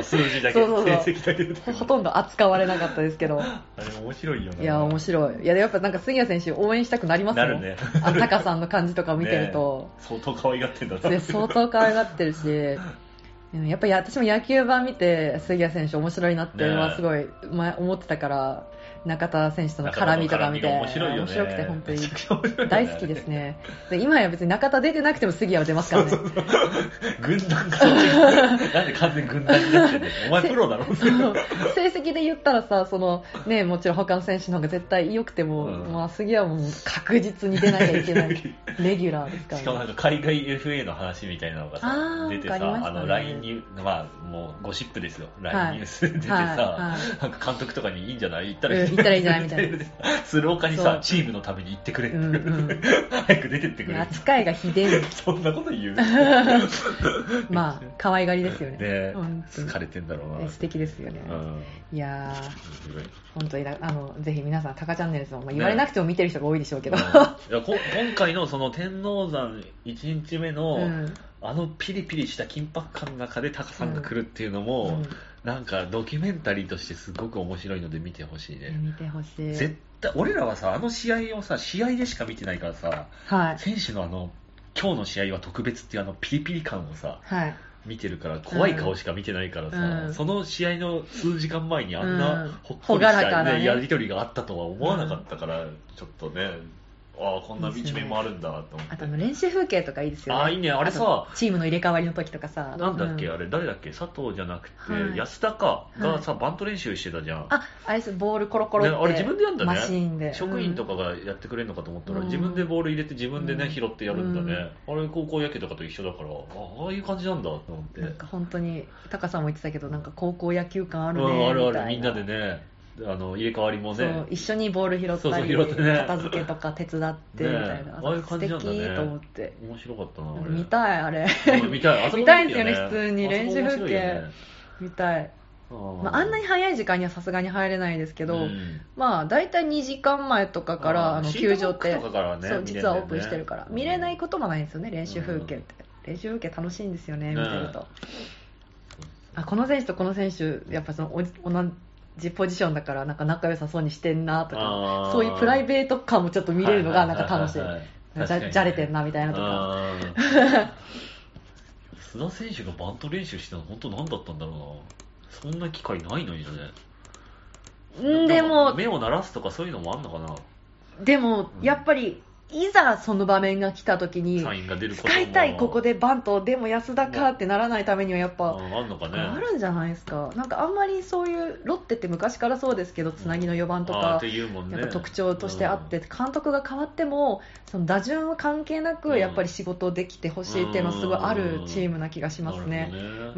数字だけ、成績だけほとんど扱われなかったですけど。 あれ面白いよね。 いや面白い。いややっぱなんか杉谷選手応援したくなりますもん。 なるね。 タカさんの感じとか見てると、 相当可愛がってんだって。 相当可愛がってるし、 やっぱり私も野球版見て杉谷選手面白いなっていうのはすごい思ってたから、中田選手との絡みとか見て面白いよね。 面白くて本当に大好きですね。で今や別に中田出てなくても杉谷は出ますからね。 軍団かなんで完全に軍団になってんの。お前プロだろ。 成績で言ったらさ、ね、もちろん他の選手の方が絶対良くても、まあ、杉谷はもう確実に出なきゃいけないレギュラーですから、ね。 しかもなんか海外 FA の話みたいなのがさ出てさ、LINE に、まあもうゴシップですよ。LINE ニュースで出てさ、なんか監督とかにいいんじゃない？行ったらいいんじゃないみたいな。鶴岡にさ、チームのために行ってくれって、早く出てってくれ。 扱いがひでえ。 そんなこと言う。 まあ可愛がりですよね。 ね、疲れてんだろうな。 素敵ですよね。いやー、本当にぜひ皆さんタカチャンネルズも、言われなくても見てる人が多いでしょうけど。いや今回のその天王山1日目の、ピリピリした緊迫感の中でタカさんが来るっていうのも、なんかドキュメンタリーとしてすごく面白いので見てほしいね。 見てほしい。 絶対俺らはさ、あの試合をさ、試合でしか見てないからさ、選手の今日の試合は特別っていうピリピリ感をさ、見てるから、怖い顔しか見てないからさ、その試合の数時間前にあんなほっこりしたやり取りがあったとは思わなかったから、ちょっとね、こんな一面もあるんだと思って。 あと練習風景とかいいですよね。 いいね。あれさ、 チームの入れ替わりの時とかさ、 なんだっけ、あれ誰だっけ、佐藤じゃなくて、安田かがさ、バント練習してたじゃん。 あれです、ボールコロコロって、 あれ自分でやるんだね。 マシーンで職員とかがやってくれるのかと思ったら、自分でボール入れて自分でね、拾ってやるんだね。あれ高校野球とかと一緒だから、ああいう感じなんだと思って。 なんか本当にタカさんも言ってたけど、なんか高校野球感あるねみたいな。 あるある、みんなでね、入れ替わりもね、 一緒にボール拾ったり、片付けとか手伝ってみたいな、 ああいう感じなんだね。 素敵と思って。 面白かったな。 見たい、あれ。 見たい。 見たいんですよね、普通に練習風景見たい。あんなに早い時間にはさすがに入れないですけど、だいたい2時間前とかから球場って実はオープンしてるから見れないこともないんですよね、練習風景って。練習風景楽しいんですよね、見てると。この選手とこの選手やっぱ同じポジションだからなんか仲良さそうにしてんなとか、そういうプライベート感もちょっと見れるのがなんか楽しい。じゃれてんなみたいなとか。 須田選手がバント練習してたの本当何だったんだろうな。そんな機会ないのにね。 でも目を鳴らすとかそういうのもあんのかな。 でもやっぱりいざその場面が来た時に使いたい、ここでバントでも安田かってならないためにはやっぱあるんじゃないですか。なんかあんまりそういうロッテって昔からそうですけど、つなぎの4番とかやっぱ特徴としてあって、監督が変わってもその打順は関係なくやっぱり仕事できてほしいっていうのはすごいあるチームな気がしますね。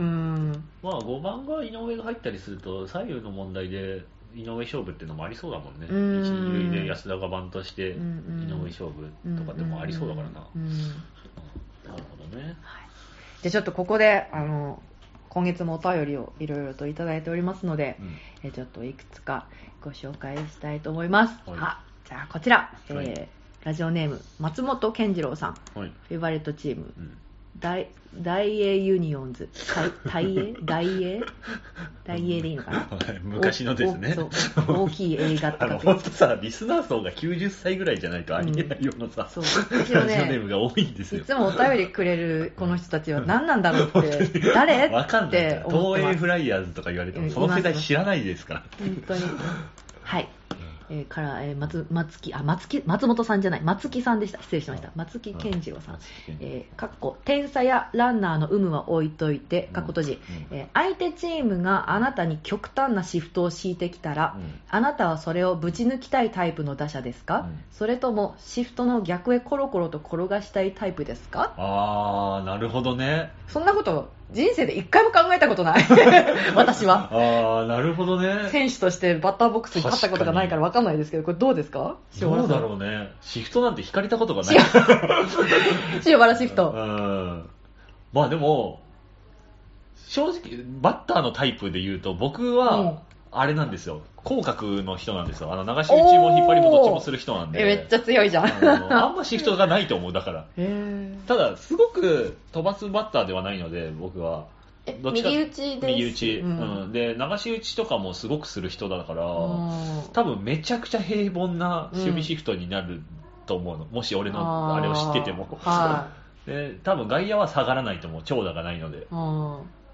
5番が井上が入ったりすると左右の問題で井上勝負っていうのもありそうだもんね。一二塁で安田がバントして井上勝負とかでもありそうだからな。なるほどね。 じゃあちょっとここで今月もお便りをいろいろといただいておりますので、ちょっといくつかご紹介したいと思います。じゃあこちら、ラジオネーム松本健次郎さん、フェイバリットチーム、大英ユニオンズ、大英でいいのかな。 昔のですね。 大きい映画とか。 本当さ、リスナー層が90歳ぐらいじゃないとありえないようなさ、ラジオネームが多いんですよ。 いつもお便りくれるこの人たちは何なんだろうって、誰わかんない。 って思ってます。 東映フライヤーズとか言われても、その世代知らないですから。 本当に。はい。から松本さんじゃない、松木さんでした。失礼しました。松木健次郎さん。点差やランナーの有無は置いといて、閉じ、相手チームがあなたに極端なシフトを敷いてきたら、あなたはそれをぶち抜きたいタイプの打者ですか、それともシフトの逆へコロコロと転がしたいタイプですか。 なるほどね。 そんなこと人生で一回も考えたことない私は。 なるほどね。 選手としてバッターボックスに立ったことがないから分かんないですけど、これどうですか。 どうだろうね。シフトなんて引かれたことがない。 塩原シフト。 まあでも正直バッターのタイプで言うと僕はあれなんですよ。広角の人なんですよ。流し打ちも引っ張りもどっちもする人なんで。 めっちゃ強いじゃん。 あんまシフトがないと思う。だから。ただすごく飛ばすバッターではないので僕は。 どっちか右打ちです。 右打ち、で流し打ちとかもすごくする人だから、多分めちゃくちゃ平凡な守備シフトになると思うの。もし俺のあれを知ってても。で多分外野は下がらないと思う。長打がないので。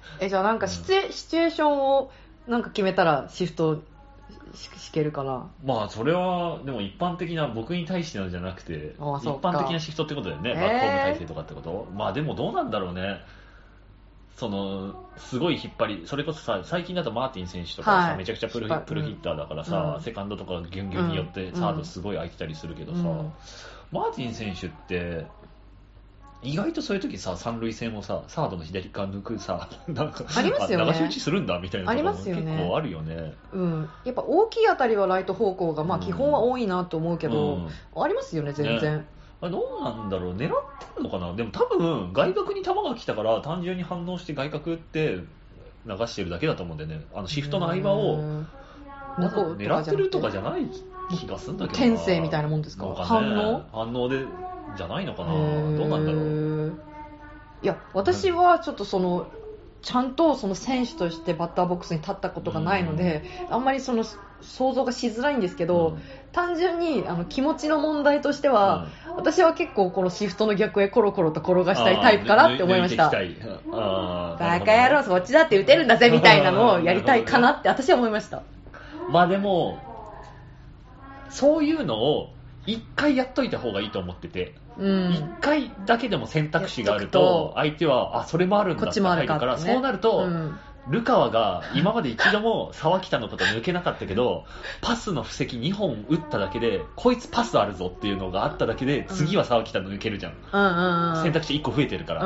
じゃあなんかシチュエーションをなんか決めたらシフトしけるかな。 まあそれはでも一般的な僕に対してのじゃなくて一般的なシフトってことだよね、バックホーム体制とかってこと。まあでもどうなんだろうね。そのすごい引っ張り、それこそさ、最近だとマーティン選手とかさ、 はい、 めちゃくちゃプルヒッターだからさ、 うん、 セカンドとかギュンギュンによってサードすごい空いてたりするけどさ、マーティン選手って意外とそういう時さ、三塁線をさ、サードの左側抜くさ、なんかありますよね、 流し打ちするんだみたいなところも結構あるよね。 やっぱ大きい当たりはライト方向が、まあ基本は多いなと思うけど、ありますよね、全然。 どうなんだろう、狙ってんのかな。でも多分外角に球が来たから単純に反応して外角って流してるだけだと思うんだよね。シフトの合間を狙ってるとかじゃない気がするんだけどな。 天性みたいなもんですか、ね、反応でじゃないのかな。どうなんだろう。 いや、私はちょっとちゃんとその選手としてバッターボックスに立ったことがないので、あんまり想像がしづらいんですけど、単純に気持ちの問題としては、私は結構このシフトの逆へコロコロと転がしたいタイプかなって思いました。バカ野郎そっちだって打てるんだぜみたいなのをやりたいかなって私は思いました。 まあでもそういうのを一回やっといた方がいいと思ってて、一回だけでも選択肢があると相手はそれもあるんだって入るから、そうなると、ルカワが今まで一度も沢北のこと抜けなかったけど、パスの布石2本打っただけでこいつパスあるぞっていうのがあっただけで、次は沢北抜けるじゃん、選択肢1個増えてるから。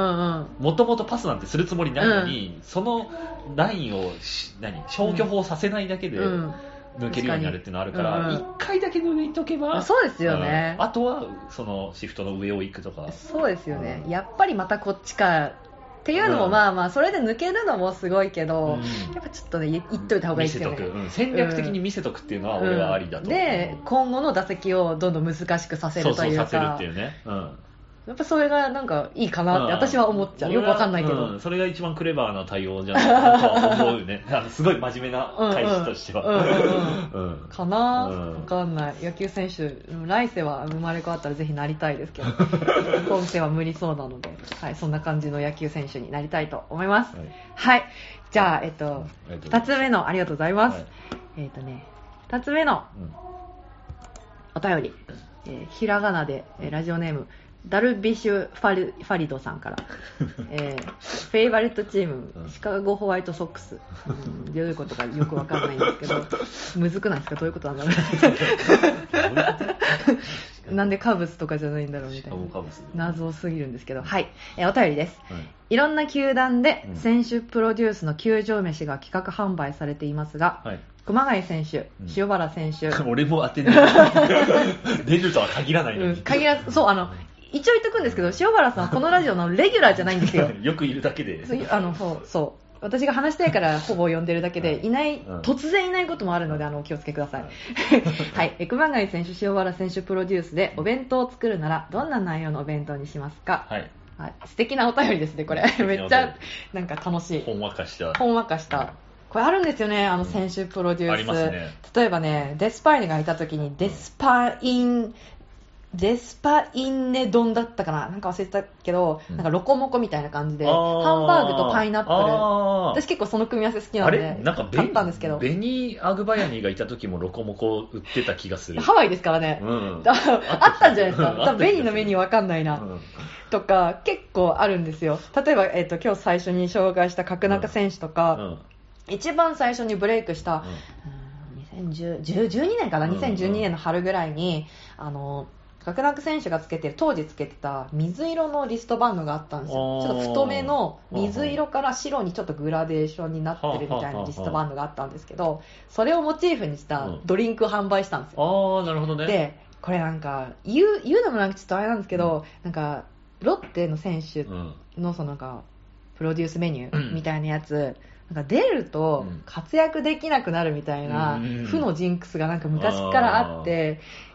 もともとパスなんてするつもりないのに、そのラインを消去法させないだけで抜けるようになるっていうのがあるから、1回だけ抜いとけば、 そうですよね、 あとはそのシフトの上を行くとか。 そうですよね、やっぱりまたこっちかっていうのも、まあまあそれで抜けるのもすごいけど、やっぱちょっとね言っといた方がいいですよね。 戦略的に見せとくっていうのは俺はありだと思う。 で今後の打席をどんどん難しくさせるというか、 させるっていうね、 やっぱそれがなんかいいかなって私は思っちゃう。よくわかんないけど、 それが一番クレバーな対応じゃないかなとは思うよね。すごい真面目な返しとしてはかな。わかんない。野球選手来世は生まれ変わったらぜひなりたいですけど今世は無理そうなので、はい、そんな感じの野球選手になりたいと思います。はい、じゃあ2つ目のありがとうございます。2つ目のお便り、ひらがなでラジオネームダルビッシュ・ファリドさんからフェイバリットチーム、シカゴホワイトソックス、どういうことかよくわかんないんですけど、むずくないですか、どういうことなんだろうなんでカブスとかじゃないんだろうみたいな謎すぎるんですけど、はい、お便りです。いろんな球団で選手プロデュースの球場飯が企画販売されていますが、熊谷選手、塩原選手、 俺も当てない出るとは限らないのに、 そう一応言っとくんですけど、塩原さんはこのラジオのレギュラーじゃないんですよよくいるだけで、 そう私が話したいからほぼ呼んでるだけで、いない、突然いないこともあるのでお気をつけくださいはい、熊谷選手、塩原選手プロデュースでお弁当を作るならどんな内容のお弁当にしますか。はい、素敵なお便りですねこれめっちゃなんか楽しい、ほんわかしたこれあるんですよね、選手プロデュース、ありますね。例えばね、デスパイネがいた時にデスパインネ丼だったかな、なんか忘れてたけど、なんかロコモコみたいな感じで、ハンバーグとパイナップル、私結構その組み合わせ好きなんで買ったんですけど、 ベニー・アグバヤニーがいた時もロコモコ売ってた気がする。 ハワイですからね、あったんじゃないですか多分ベニーのメニューわかんないな、とか結構あるんですよ。例えば、今日最初に紹介した角中選手とか、一番最初にブレイクした、2012年かな、2012年の春ぐらいに角中選手が当時つけてた水色のリストバンドがあったんですよ。ちょっと太めの水色から白にちょっとグラデーションになってるみたいなリストバンドがあったんですけど、それをモチーフにしたドリンクを販売したんですよ。 なるほどね。でこれなんか言うのもなんかちょっとあれなんですけど、なんかロッテの選手のなんかプロデュースメニューみたいなやつ、なんか出ると活躍できなくなるみたいな負のジンクスがなんか昔からあって、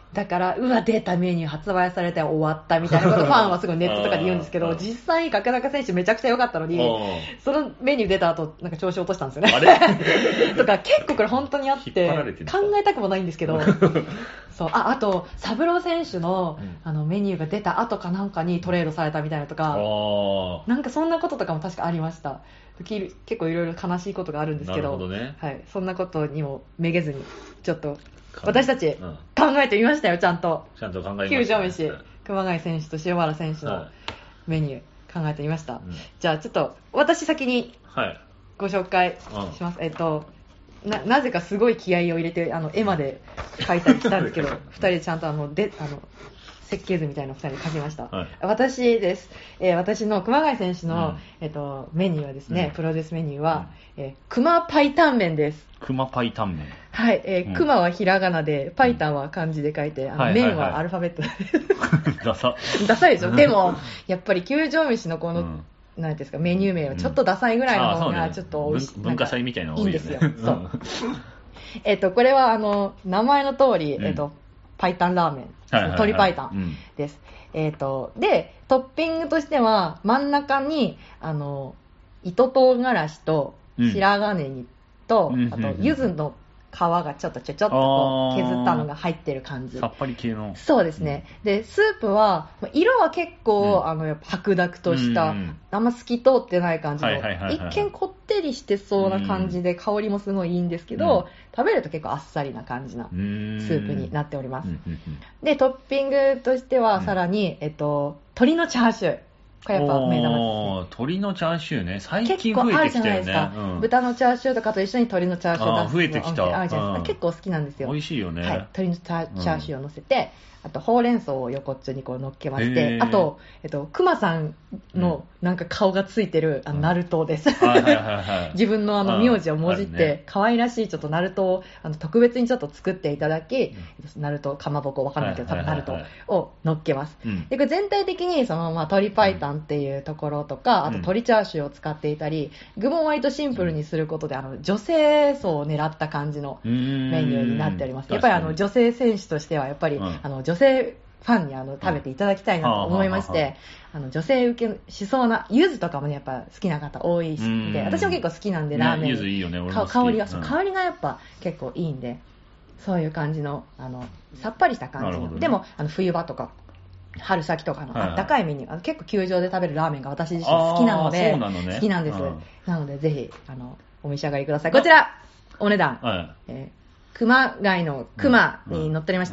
だからうわ出たメニュー発売されて終わったみたいなことファンはすごいネットとかで言うんですけど、実際角中選手めちゃくちゃ良かったのに、そのメニュー出た後なんか調子落としたんですよね。 あれとか結構これ本当にあって引っ張られてる考えたくもないんですけどそうあとサブロー選手の、メニューが出た後かなんかにトレードされたみたいなとか、なんかそんなこととかも確かありました。結構いろいろ悲しいことがあるんですけど、 なるほどね、 はい、そんなことにもめげずにちょっと私たち考えてみましたよ。ちゃんと考えました、 球場飯、熊谷選手と塩原選手のメニュー考えてみました、じゃあちょっと私先にご紹介します、なぜかすごい気合を入れて絵まで描いたりしたんですけど2人でちゃんと設計図みたいなのを2人で描きました、私です、私の熊谷選手の、メニューはですね、プロデュースメニューは、熊パイタン麺です。 熊パイタン麺、 はい、熊はひらがなでパイタンは漢字で書いて、麺はアルファベットでダサいでしょ。でもやっぱり球場飯のこの、なんですかメニュー名はちょっとダサいぐらいの方がちょっと美味しい、 文化祭みたいなのが多いよね。 いいんですよ。そうこれは名前の通り、パイタンラーメン、鶏パイタンです。でトッピングとしては真ん中に糸唐辛子と白髪ネギと、あと柚子の皮がちょっとこう削ったのが入ってる感じ。 さっぱり系の。 そうですね。でスープは色は結構、やっぱ白濁とした、あんま透き通ってない感じの、一見こってりしてそうな感じで、香りもすごいいいんですけど、食べると結構あっさりな感じなスープになっております。でトッピングとしてはさらに、鶏のチャーシュー、これやっぱ目玉ですね。 鶏のチャーシューね、最近増えてきたよね。結構あるじゃないですか、豚のチャーシューとかと一緒に鶏のチャーシュー出す増えてきた。 あるじゃないですか。結構好きなんですよ。 美味しいよね。 はい、鶏のチャーシューを乗せて、あとほうれん草を横っちょにこう乗っけまして、あとクマさんのなんか顔がついてるナルトです。自分の名字をもじって可愛らしいちょっとナルトを特別にちょっと作っていただき、ナルトかまぼこわかんないけど多分ナルトを乗っけます。でこれ全体的にその鶏パイタンっていうところとか、あと鶏チャーシューを使っていたり、具も割とシンプルにすることで女性層を狙った感じのメニューになっております。やっぱり女性選手としてはやっぱり女性ファンに食べていただきたいなと思いまして、女性受けしそうな柚子とかもねやっぱ好きな方多いしで、私も結構好きなんでラーメン、 柚子いいよね、俺も好き。 香りがやっぱ結構いいんで、そういう感じのさっぱりした感じの、でも冬場とか春先とかのあったかいメニュー、結構球場で食べるラーメンが私自身好きなので、好きなんです。なのでぜひお召し上がりください。こちらお値段、熊谷の熊に載っておりまして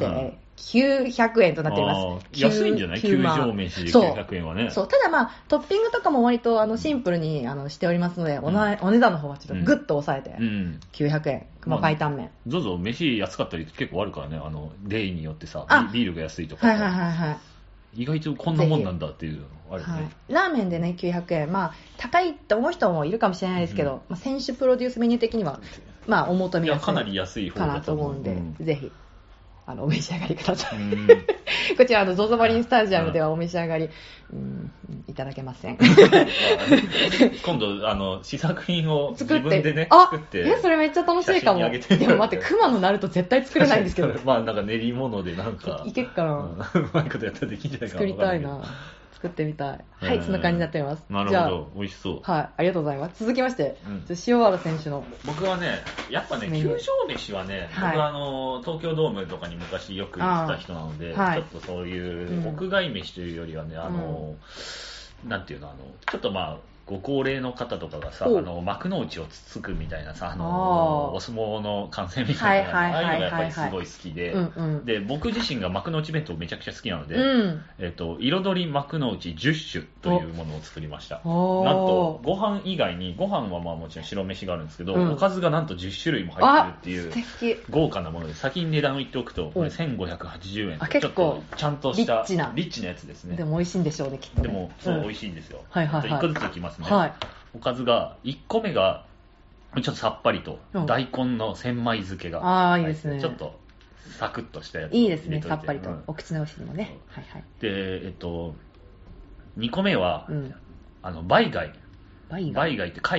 、900円となっています。 安いんじゃない？球場飯で900円はね。 そう。ただトッピングとかも割とシンプルにしておりますので、お値段の方はちょっとグッと抑えて、900円、熊パイタン麺。 ゾゾ飯安かったり結構あるからね、デイによってさ、ビールが安いとか。意外とこんなもんなんだっていうのあるよね。 ラーメンでね、900円。高いって思う人もいるかもしれないですけど、選手プロデュースメニュー的には、お求めやすいかなり安い方だかなと思うんで、ぜひ。お召し上がりください。こちらゾゾマリンスタジアムではお召し上がり、いただけません。 今度試作品を自分でね作って、 それめっちゃ楽しいかも。でも待って、熊のなると絶対作れないんですけど。 なんか練り物でなんかいけっかな。 うまいことやったらできんじゃないかな。 作りたいな。作ってみたい。はい、そんな感じになっております。 なるほど、美味しそう。 はい、ありがとうございます。続きまして、塩原選手の。 僕はね、やっぱね、球場飯はね、僕東京ドームとかに昔よく行ってた人なので、ちょっとそういう屋外飯というよりはね、なんていうの、ちょっとご高齢の方とかがさ、幕の内をつつくみたいなさ、お相撲の観戦みたいな、ああいうのがやっぱりすごい好きで、で、僕自身が幕の内弁当めちゃくちゃ好きなので、彩り幕の内10種というものを作りました。なんと、ご飯以外に、ご飯はもちろん白飯があるんですけど、おかずがなんと10種類も入ってるっていう豪華なもので、先に値段を言っておくと、これ1580円と、ちょっとちゃんとしたリッチなやつですね。 でも美味しいんでしょうね、きっと。 でも、そう美味しいんですよ。1個ずついきます。おかずが1個目がちょっとさっぱりと大根の千枚漬けがいいですね。 ちょっとサクッとしたやついいですね、さっぱりとお口直しにもね。 で2個目は梅貝って貝、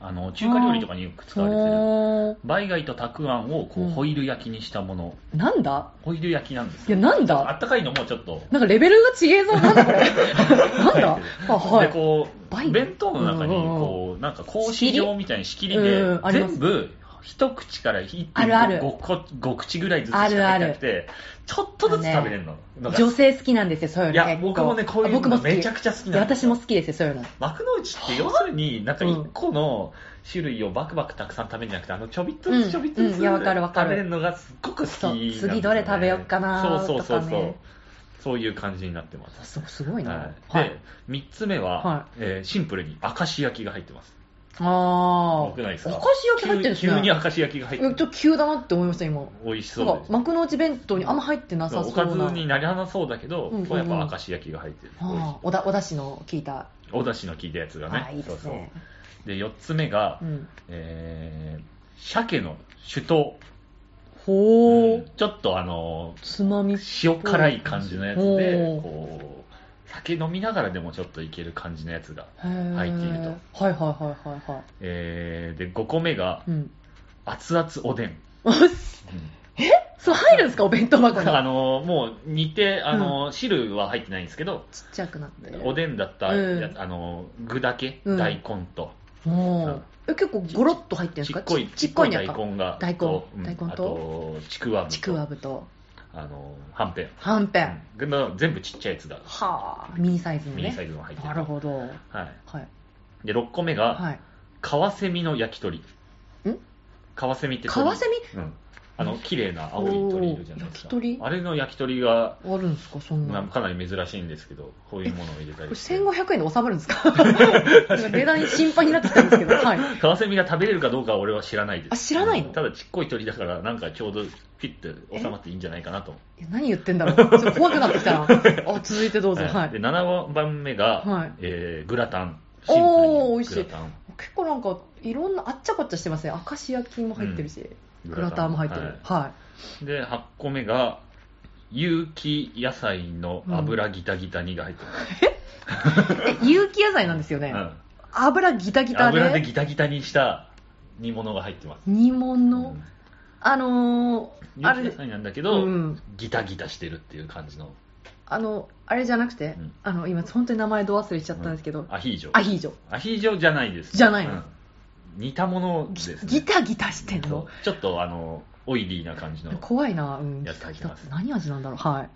中華料理とかによく使われてるおーバイ貝とたくあんをこう、 うんホイル焼きにしたもの。 なんだホイル焼きなんですいや、 よ。 なんだあったかいのもちょっと。 なんかレベルが違えぞ。なんだこれなんだあ、はい。 で、こう、 バイ貝弁当の中に、こう、なんか格子状みたいに仕切りでうん、あります全部、一口からあるある 5口ぐらいずつしか入ってなくて、ちょっとずつ食べれるの。 女性好きなんですよ、そういうの。 いや結構僕もねこういうの僕も好きめちゃくちゃ好きなんですよで私も好きですよ、そういうの。 幕の内って要するに、なんか1個の種類をバクバクたくさん食べるんじゃなくて、ちょびっとずつちょびっとずついやわかるわかる食べるのがすっごく好きなんですよね。 そう次どれ食べよっかなそうそうそうそう、 とかねそういう感じになってます。 すごいな。 はいはい。 で、3つ目は、 はシンプルに明石焼きが入ってます。 あー。 多くないですか？ 明石焼き入ってるんですね。 急に明石焼きが入ってる。 いやちょっと急だなって思いました、今。 美味しそうなんか、 です。 幕の内弁当にあんま入ってなさおかそうな。 ずになりはなそうだけど、 うんうんうんこれやっぱ明石焼きが入ってる。美味しいあーおだしの効いた。 お出汁の効いたやつがね。 あーいいですねそうそう。で、4つ目が、 うん。 鮭の酒盗。 ほー。 ちょっとつまみっぽい塩辛い感じのやつで、 おーこう、酒飲みながらでもちょっといける感じのやつがへー入っていると。 はいはいはいはいはい。 で、5個目が、 うん。 熱々おでん。 そう入るんですか、お弁当箱に。 もう煮て、汁は入ってないんですけど、 ちっちゃくなってる。 おでんだったうんや具だけ、 うん大根と、 もう結構ゴロッと入ってるんですか？ちっこい大やか根が、 大根あ大根とと、ちくわぶと、 ちくわぶとはんぺん。 はんぺん。 全部ちっちゃいやつだ。 はあ、ミニサイズのね。 ミニサイズの入ってる。 なるほど。 はい。 はい。 で、6個目が、 はい。 カワセミの焼き鳥。 んカワセミってカワセミうん。綺麗な青い鳥いるじゃないですか。 おー焼き鳥あれの焼き鳥が、 あるんですか、そんな。 かなり珍しいんですけど、こういうものを入れたこれりして。 1500円で収まるんですか？今値段心配になってきたんですけど。はい。 カワセミが食べれるかどうかは俺は知らないです。 あ知らないのただちっこい鳥だから、なんかちょうどピッて収まっていいんじゃないかなと。 いや何言ってんだろう。ちょっと怖くなってきたな。あ、続いてどうぞ。はい。 で、7番目が、 はいグラタン。シンプルにおー、美味しいグラタン。。 結構なんか、いろんな、あっちゃこっちゃしてますね。明石焼きも入ってるし、グラタンも入ってる。はで、8個目が、有機野菜の油ギタギタ煮が入ってます。 い。有機野菜なんですよね。 うん油ギタギタで。 油でギタギタにした煮物が入ってます。 煮物、 うんあ有機野菜なんだけど、 うんギタギタしてるっていう感じの。 あれじゃなくて、 うん今本当に名前ど忘れしちゃったんですけど、 アヒージョ。 アヒージョ。 アヒージョじゃないです。 じゃないのうん似たものですね。 ギタギタしてんそうのちょっとオイリーな感じの。 怖いな、うん。 やつ入ってます何味なんだろう。はい。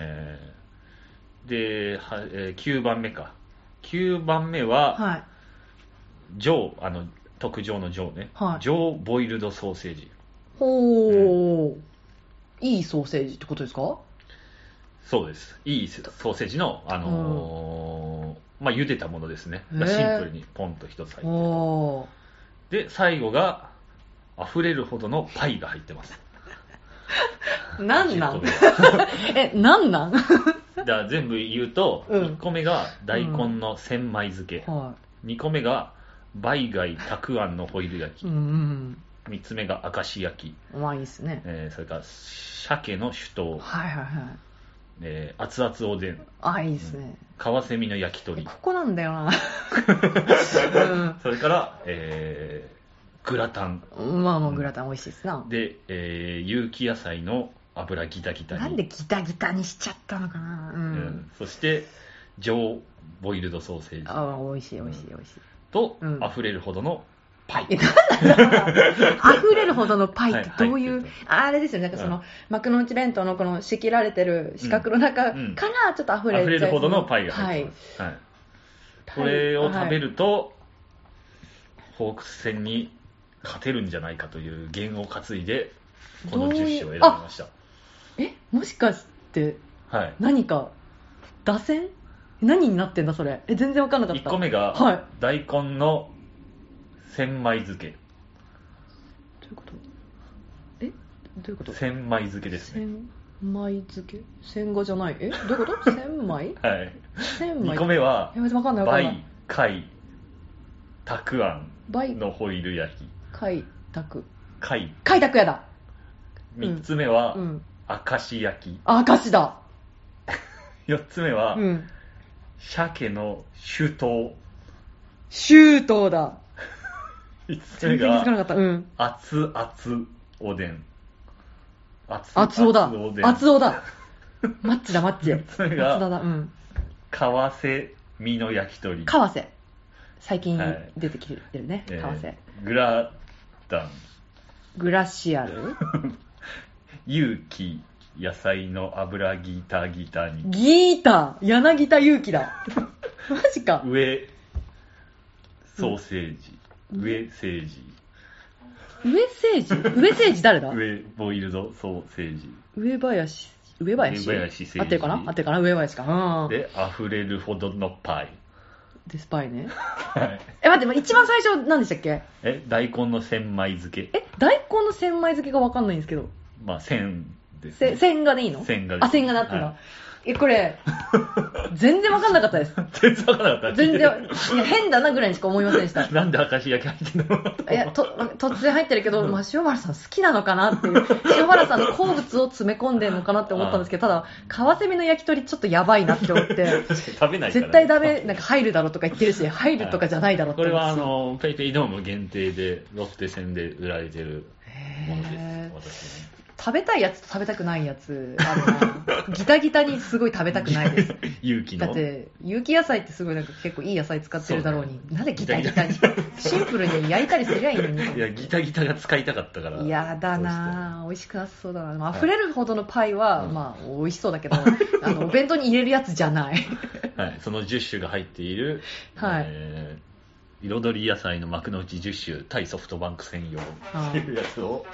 で、9番目か。9番目は、 はい。 上、特上の上ね。 はい上ボイルドソーセージ。 ほー、いいソーセージってことですか？ そうです。いいソーセージの、茹でたものですね。 へーシンプルにポンと一つ入ってる。 おー。 で、最後が、溢れるほどのパイが入ってます。 なんなん 10個目なんなんだから全部言うと、 うん 1個目が大根の千枚漬け、 は 2個目がバイ貝たくあんのホイル焼い。 き、 うん 3つ目が明石焼き、 うん。まあいいっすね。 それから鮭の酒盗、 はいはいはい。 熱々おでん、 あ、いいっすね。 カワセミの焼き鳥こ、こなんだよな。 それから、グラタンまあまあグラタン美味しいっすな。 で、有機野菜の油ギタギタに、 なんでギタギタにしちゃったのかな。 そして上ボイルドソーセージあ、美味しい美味しい美味しい。 と、 うん溢れるほどのパイ。 なんだろう溢れるほどのパイってどういう、 はいあれですよね、なんかその、幕の内弁当のこの仕切られてる四角の中からちょっと溢れちゃう、 溢れるほどのパイが入ってます。はい。これを食べると、ホークス戦に勝てるんじゃないかという弦を担いで、この10種を選びました。 もしかしてはい。 何か打線何になってんだそれ。全然分かんなかった。 1個目が、 はい。 大根の千枚漬け。 どういうこと？どういうこと？ 千枚漬けですね。 千枚漬け？千賀じゃない。どういうこと？千枚？ はい。 千枚。 2個目は、 分かんない分かんなバい。 イ、貝、たくあんバイ、 のホイル焼き。 開拓。 貝。 開拓やだ。 3つ目は、 うん。 明石焼き。 あ、明石だ。 4つ目は、 うん。 鮭の酒盗。 シュートだ。 5つ全目が然気づかなかった。うん。 熱々おでん。 厚尾だ。 おでん。 厚尾だ。マッチだ、マッチ。 それが厚田だ。うん。 為替身の焼き鳥。 為替。最近はい出てきてるね。為替。 グラタン。 グラシアル有機野菜の油ギタギタに。 ギータ柳田悠岐だ。マジか。 上ソーセージ。上セージ。 上セージ誰だ？ 上ボイルドソーセージ。 上林上林誠司合ってるかな上林か。うん。 で、溢れるほどのパイ。 で、スパイね。 はい。 待って、一番最初何でしたっけ？ 大根の千枚漬け。 大根の千枚漬けが分かんないんですけど。 まあ、千ですね。 千賀でいいの？ 千賀です。 あ、千賀だったんだ。 はいこれ、全然分かんなかったです。 全然分かんなかった。 全然、いや、変だなぐらいにしか思いませんでした。 なんで明石焼き入ってんの？ いや、突然入ってるけど、まあ、塩原さん好きなのかなっていう、塩原さんの好物を詰め込んでるのかなって思ったんですけど、ただ、カワセミの焼き鳥ちょっとやばいなって思って、 食べないから、 絶対ダメ、なんか入るだろうとか言ってるし、入るとかじゃないだろうってこれは思ペイペイドーム限定で、ロッテ戦で売られてるものへーです。私ね。 食べたいやつと食べたくないやつあるな。ギタギタにすごい食べたくないです。 有機の。 だって、有機野菜ってすごいなんか結構いい野菜使ってるだろうに。 そうなんでギタギタに。シンプルに焼いたりすりゃいいのに。 いや、ギタギタが使いたかったから。 やだなぁ。美味しくなさそうだな。まあ、溢れるほどのパイは、まあ、美味しそうだけど、お弁当に入れるやつじゃない。 はい。その10種が入っている、 はい彩り野菜の幕の内10種対ソフトバンク専用っていうやつを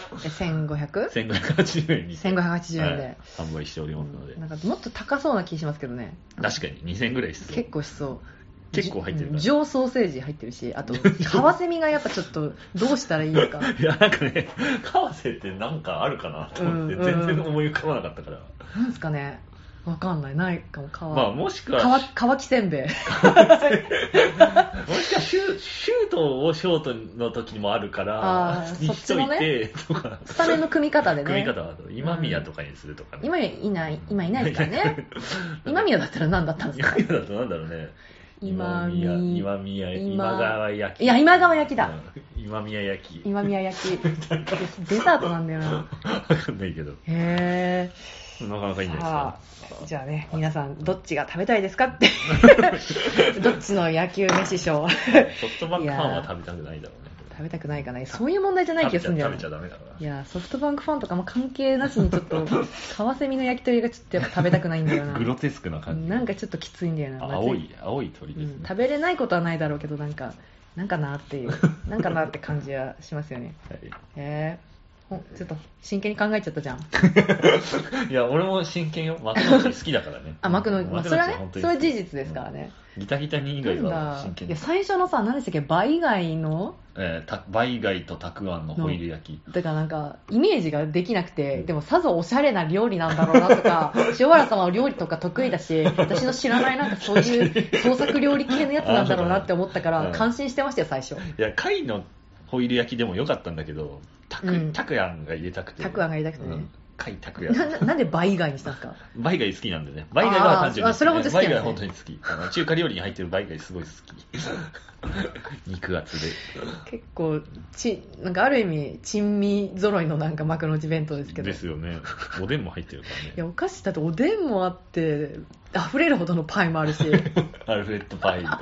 1580 円に 1580円で、 はい、販売しておりますので、 なんかもっと高そうな気しますけどね。 確かに2000円ぐらいしそう。 結構しそう。 結構入ってるから。 上ソーセージ入ってるし、あとカワセミがやっぱちょっとどうしたらいいのか。 いやなんかね、カワセってなんかあるかなと思って全然思い浮かばなかったから。 なんですかね。わかんない。ないかも、 まあもしくは乾きせんべい。 もしくはシュートをショートの時にもあるからにしといてとか、 スタメンの組み方でね。 組み方は今宮とかにするとかね。 今いないですからね。今宮だったら何だったんですか？ 今宮だとなんだろうね。今宮今川焼き。 いや、今川焼きだ。 今宮焼き。 今宮焼き。デザートなんだよな。 わかんないけど。 へー。なかなかいいんじゃないですか。 じゃあね、皆さんどっちが食べたいですかって。どっちの野球飯賞。 ソフトバンクファンは食べたくないだろうね。 食べたくないかな。そういう問題じゃない気がするんだよ。 食べちゃダメだから。 いや、ソフトバンクファンとかも関係なしにちょっと、カワセミの焼き鳥がちょっとやっぱ食べたくないんだよな。 グロテスクな感じ。 なんかちょっっときついんだよな。 青い鳥ですね、 食べれないことはないだろうけど、なんかなっていう、なんかなって感じはしますよね。はいちょっと真剣に考えちゃったじゃん。 いや、俺も真剣よ。幕の内好きだからね。 あ、幕の内、まあ、それはね、それは事実ですからね。 ギタギタに以外は真剣に。 いや、最初のさ、何でしたっけ、倍貝の倍貝とたくあんのホイル焼き。 だからなんか、イメージができなくて、でもさぞおしゃれな料理なんだろうなとか、塩原さんは料理とか得意だし、私の知らないなんかそういう創作料理系のやつなんだろうなって思ったから、感心してましたよ、最初。 いや、貝のホイル焼きでもよかったんだけど、たくあんが入れたくて。 たくあんが入れたくてね。 貝たくあん。 なんで倍貝にしたんですか？ 倍貝好きなんでね。倍貝は単純に好き。 それは本当に好きなんですね。 倍貝は本当に好き。中華料理に入ってる倍貝すごい好き。肉厚で。 結構なんかある意味珍味揃いのなんか幕の内弁当ですけど。 ですよね。おでんも入ってるからね。 いや、お菓子だとおでんもあって溢れるほどのパイもあるし。 アルフレッドパイが。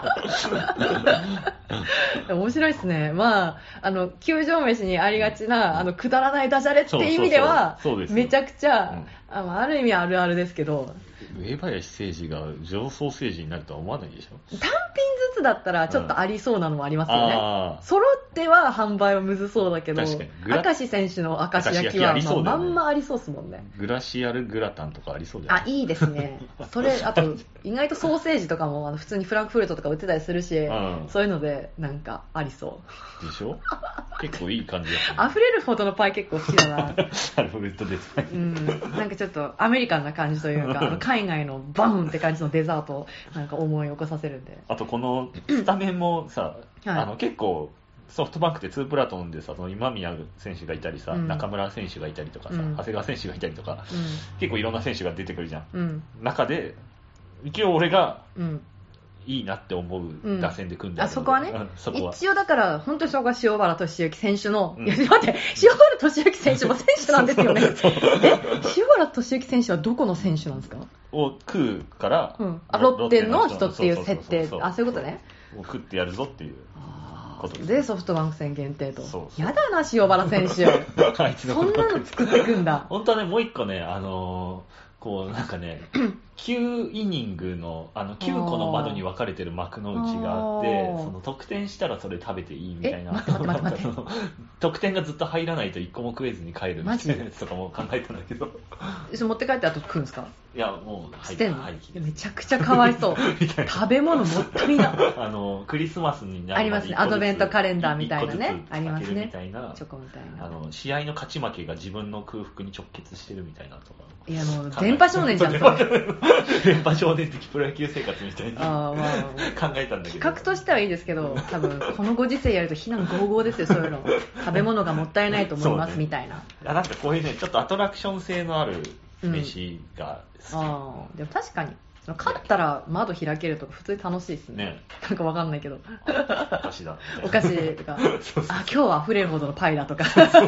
面白いですね。まあ球場飯にありがちなくだらないダジャレっていう意味ではめちゃくちゃ、ある意味あるあるですけど。 上林誠司が上ソーセージになるとは思わないでしょ。 単品ずつだったらちょっとありそうなのもありますよね。揃っては販売はむずそうだけど、明石選手の明石焼きはまんまありそうですもんね。 グラシアルグラタンとかありそうだよね。 いいですね。それ、あと意外とソーセージとかも普通にフランクフルトとか売ってたりするし、そういうのでなんかありそう。 でしょ？結構いい感じだったね。 溢れるほどのパイ結構好きだな。 アルファベットですね。 なんかちょっとアメリカンな感じというか、海外のバーンって感じのデザートをなんか思い起こさせるんで。 あとこのスタメンもさ、結構ソフトバンクって2プラトンでさ、その今宮選手がいたりさ、中村選手がいたりとかさ、長谷川選手がいたりとか、結構いろんな選手が出てくるじゃん。中で一応俺がいいなって思う打線で組んであるので、 そこはね、 そこは一応だから本当にそこが塩原俊之選手の、 うんいや待って、塩原俊之選手も選手なんですよね。塩原俊之選手はどこの選手なんですか？ を食うから、 ロッテの人っていう設定、そういうことね。 を食ってやるぞっていうことです。 でソフトバンク戦限定と。 そうやだな塩原選手。 あいつのそんなの作ってくんだ。 本当はね、もう一個ね、こうなんかね、9イニングの9個の窓に分かれてる幕の内があって、その得点したらそれ食べていいみたいな。 待って得点がずっと入らないと1個も食えずに帰るみたいなやつとかも考えたんだけど。 持って帰ってあと食うんですか？ いや、もう捨てんの？ 廃棄めちゃくちゃかわいそう。食べ物もったいな。 クリスマスになるありますね、アドベントカレンダーみたいなね。 ありますね。 みたいなチョコみたいな。 試合の勝ち負けが自分の空腹に直結してるみたいなとか。 いやもう電波少年じゃん。 電波少年的プロ野球生活みたいな考えたんだけど。 企画としてはいいですけど、多分このご時世やると非難合々ですよ、そういうの。食べ物がもったいないと思いますみたいな。 なんかこういうね、ちょっとアトラクション性のある飯が好き。でも確かに勝ったら窓開けるとか普通に楽しいですね。なんかわかんないけど。 お菓子だ。 お菓子とか。今日は溢れるほどのパイだとか。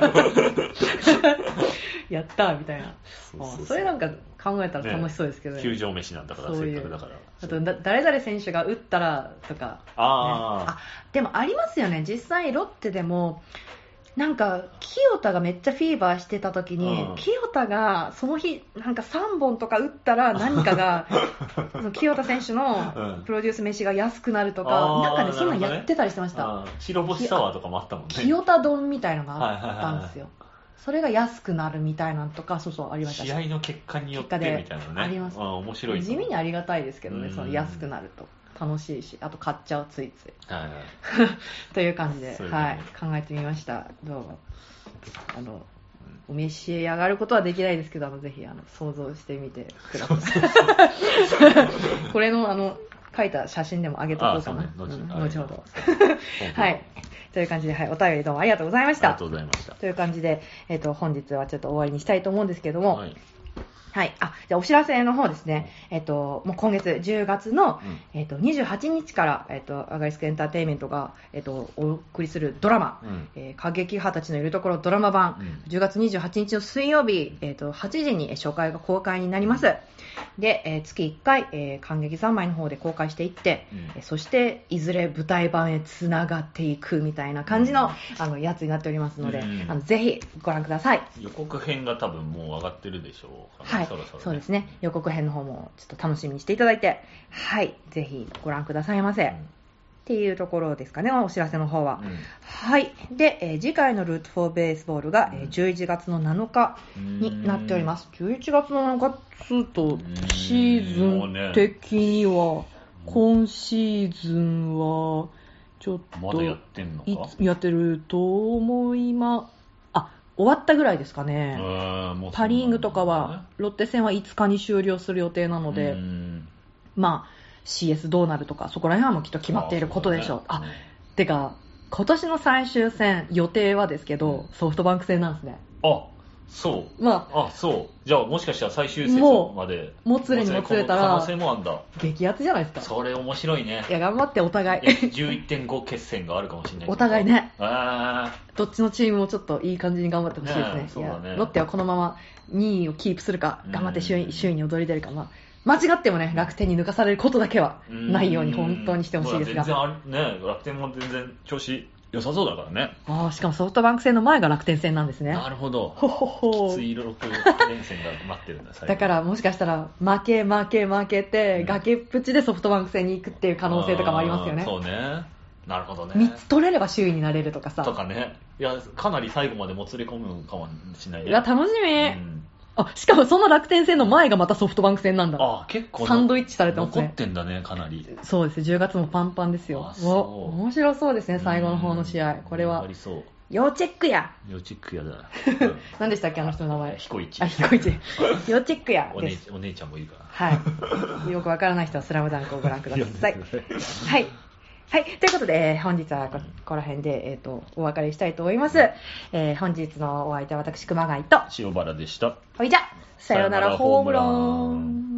やったみたいな。それなんか考えたら楽しそうですけどね。 球場飯なんだから、せっかくだから。 あと誰々選手が打ったらとか。でもありますよね。実際ロッテでも。なんか清田がめっちゃフィーバーしてた時に、清田がその日なんか3本とか打ったら何かが清田選手のプロデュース飯が安くなるとか、なんかねそんなんやってたりしてました。 白星サワーとかもあったもんね。 清田丼みたいなのがあったんですよ。それが安くなるみたいなのとか、そうありました。 試合の結果によってみたいなね。 あります。 面白い。 地味にありがたいですけどね、その安くなると。楽しいし、あと買っちゃう、ついつい。という感じで、考えてみました。どうお召し上がることはできないですけど、ぜひ想像してみてください。これの書いた写真でも上げとこうかな。後ほど。はい。という感じで、お便りどうもありがとうございました。 ありがとうございました。 という感じで、本日はちょっと終わりにしたいと思うんですけども、はい。じゃあお知らせの方ですね。もう今月10月の、28日から、アガリスクエンターテインメントが、お送りするドラマ、過激派たちのいるところドラマ版、10月28日の水曜日、8時に初回が公開になります。で、月1回、感激三昧の方で公開していって、そしていずれ舞台版へつながっていくみたいな感じの、やつになっておりますので、ぜひご覧ください。 予告編が多分もう上がってるでしょうかね。 そうですね。予告編の方もちょっと楽しみにしていただいて、ぜひご覧くださいませ。っていうところですかね、お知らせの方は。はい。で、次回のルートフォーベースボールが、11月の7日になっております。11月の7日つうと、シーズン的には、今シーズンは、ちょっと、 まだやってんのか？ やってると思います。終わったぐらいですかね。パリーグとかはロッテ戦は5日に終了する予定なので、CS どうなるとかそこら辺はもうきっと決まっていることでしょう。てか今年の最終戦予定はですけど、ソフトバンク戦なんですね。 そう。そう。じゃあもしかしたら最終節までもつれにもつれたら可能性もあんだ。 激アツじゃないですか。 それ面白いね。 いや頑張ってお互い。 11.5 決戦があるかもしれない。 お互いね。どっちのチームもちょっといい感じに頑張ってほしいですね。ロッテはこのまま2位をキープするか、頑張って首位に躍り出るかな。間違ってもね、楽天に抜かされることだけはないように本当にしてほしいですが。 楽天も全然調子良さそうだからね。 しかもソフトバンク戦の前が楽天戦なんですね。 なるほど。きつい6連戦が待ってるんだ。 だからもしかしたら負けて、崖っぷちでソフトバンク戦に行くっていう可能性とかもありますよね。 そうね。なるほどね。 3つ取れれば首位になれるとかさ。 とかね。いや、かなり最後までもつれ込むかもしれないね。 いや、楽しみ。しかもその楽天戦の前がまたソフトバンク戦なんだ。 結構サンドイッチされてますね。 残ってんだね、かなり。 そうです。10月もパンパンですよ。面白そうですね、最後の方の試合。これは。要チェックや。 要チェックやだ。 何でしたっけ、あの人の名前。 彦一。 彦一。要チェックや。 お姉ちゃんもいるから。 はい。よくわからない人はスラムダンクをご覧ください。はい。はい。ということで、本日はここら辺で、お別れしたいと思います。本日のお相手は私、熊谷と塩原でした。 ほいじゃ、さよならホームラン。